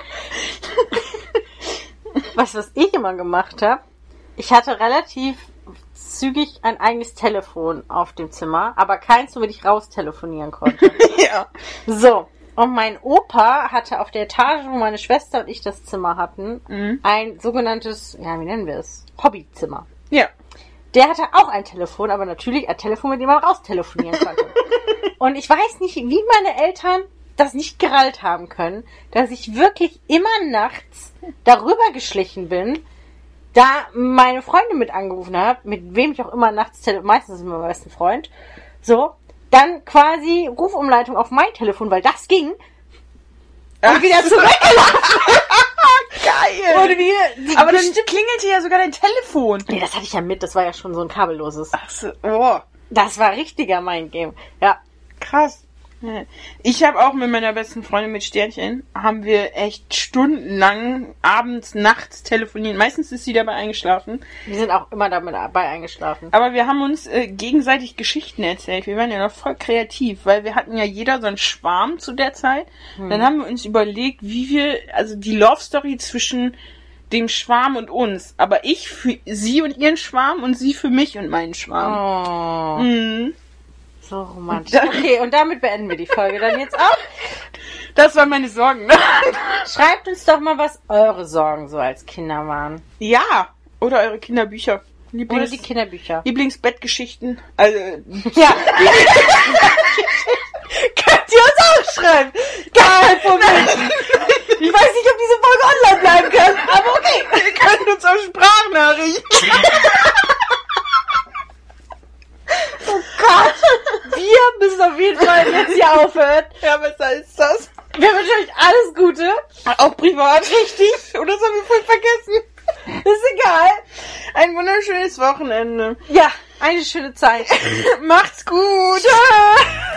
Weißt du, was ich immer gemacht habe? Ich hatte relativ zügig ein eigenes Telefon auf dem Zimmer, aber keins, womit ich raus telefonieren konnte. Ja. So. Und mein Opa hatte auf der Etage, wo meine Schwester und ich das Zimmer hatten, ein sogenanntes, ja, wie nennen wir es? Hobbyzimmer. Ja. Der hatte auch ein Telefon, aber natürlich ein Telefon, mit dem man raus telefonieren konnte. Und ich weiß nicht, wie meine Eltern das nicht gerallt haben können, dass ich wirklich immer nachts darüber geschlichen bin, da meine Freundin mit angerufen hat, mit wem ich auch immer nachts meistens mit meinem besten Freund, so, dann quasi Rufumleitung auf mein Telefon, weil das ging, und wieder zurückgelaufen. Geil! Und wir, aber dann klingelte ja sogar dein Telefon. Nee, das hatte ich ja mit, das war ja schon so ein kabelloses. Ach so, oh. Das war richtiger Mindgame. Ja. Krass. Ich habe auch mit meiner besten Freundin mit Sternchen, haben wir echt stundenlang abends, nachts telefoniert. Meistens ist sie dabei eingeschlafen. Wir sind auch immer dabei eingeschlafen. Aber wir haben uns gegenseitig Geschichten erzählt. Wir waren ja noch voll kreativ, weil wir hatten ja jeder so einen Schwarm zu der Zeit. Dann haben wir uns überlegt, wie wir, also die Love Story zwischen dem Schwarm und uns. Aber ich für sie und ihren Schwarm und sie für mich und meinen Schwarm. Oh. Mhm. So romantisch. Okay, und damit beenden wir die Folge dann jetzt auch. Das waren meine Sorgen. Ne? Schreibt uns doch mal, was eure Sorgen so als Kinder waren. Ja, oder eure Kinderbücher. Oder die Kinderbücher. Lieblingsbettgeschichten. Also, ja. Könnt ihr uns auch schreiben. Kein Problem. Ich weiß nicht, ob diese Folge online bleiben kann, aber okay. Ihr könnt uns auch Sprachnachrichten. Oh Gott! Wir müssen auf jeden Fall jetzt hier aufhören. Ja, besser ist das. Wir wünschen euch alles Gute. Auch privat. Richtig. Oder das haben wir voll vergessen. Ist egal. Ein wunderschönes Wochenende. Ja, eine schöne Zeit. Macht's gut. Tschö.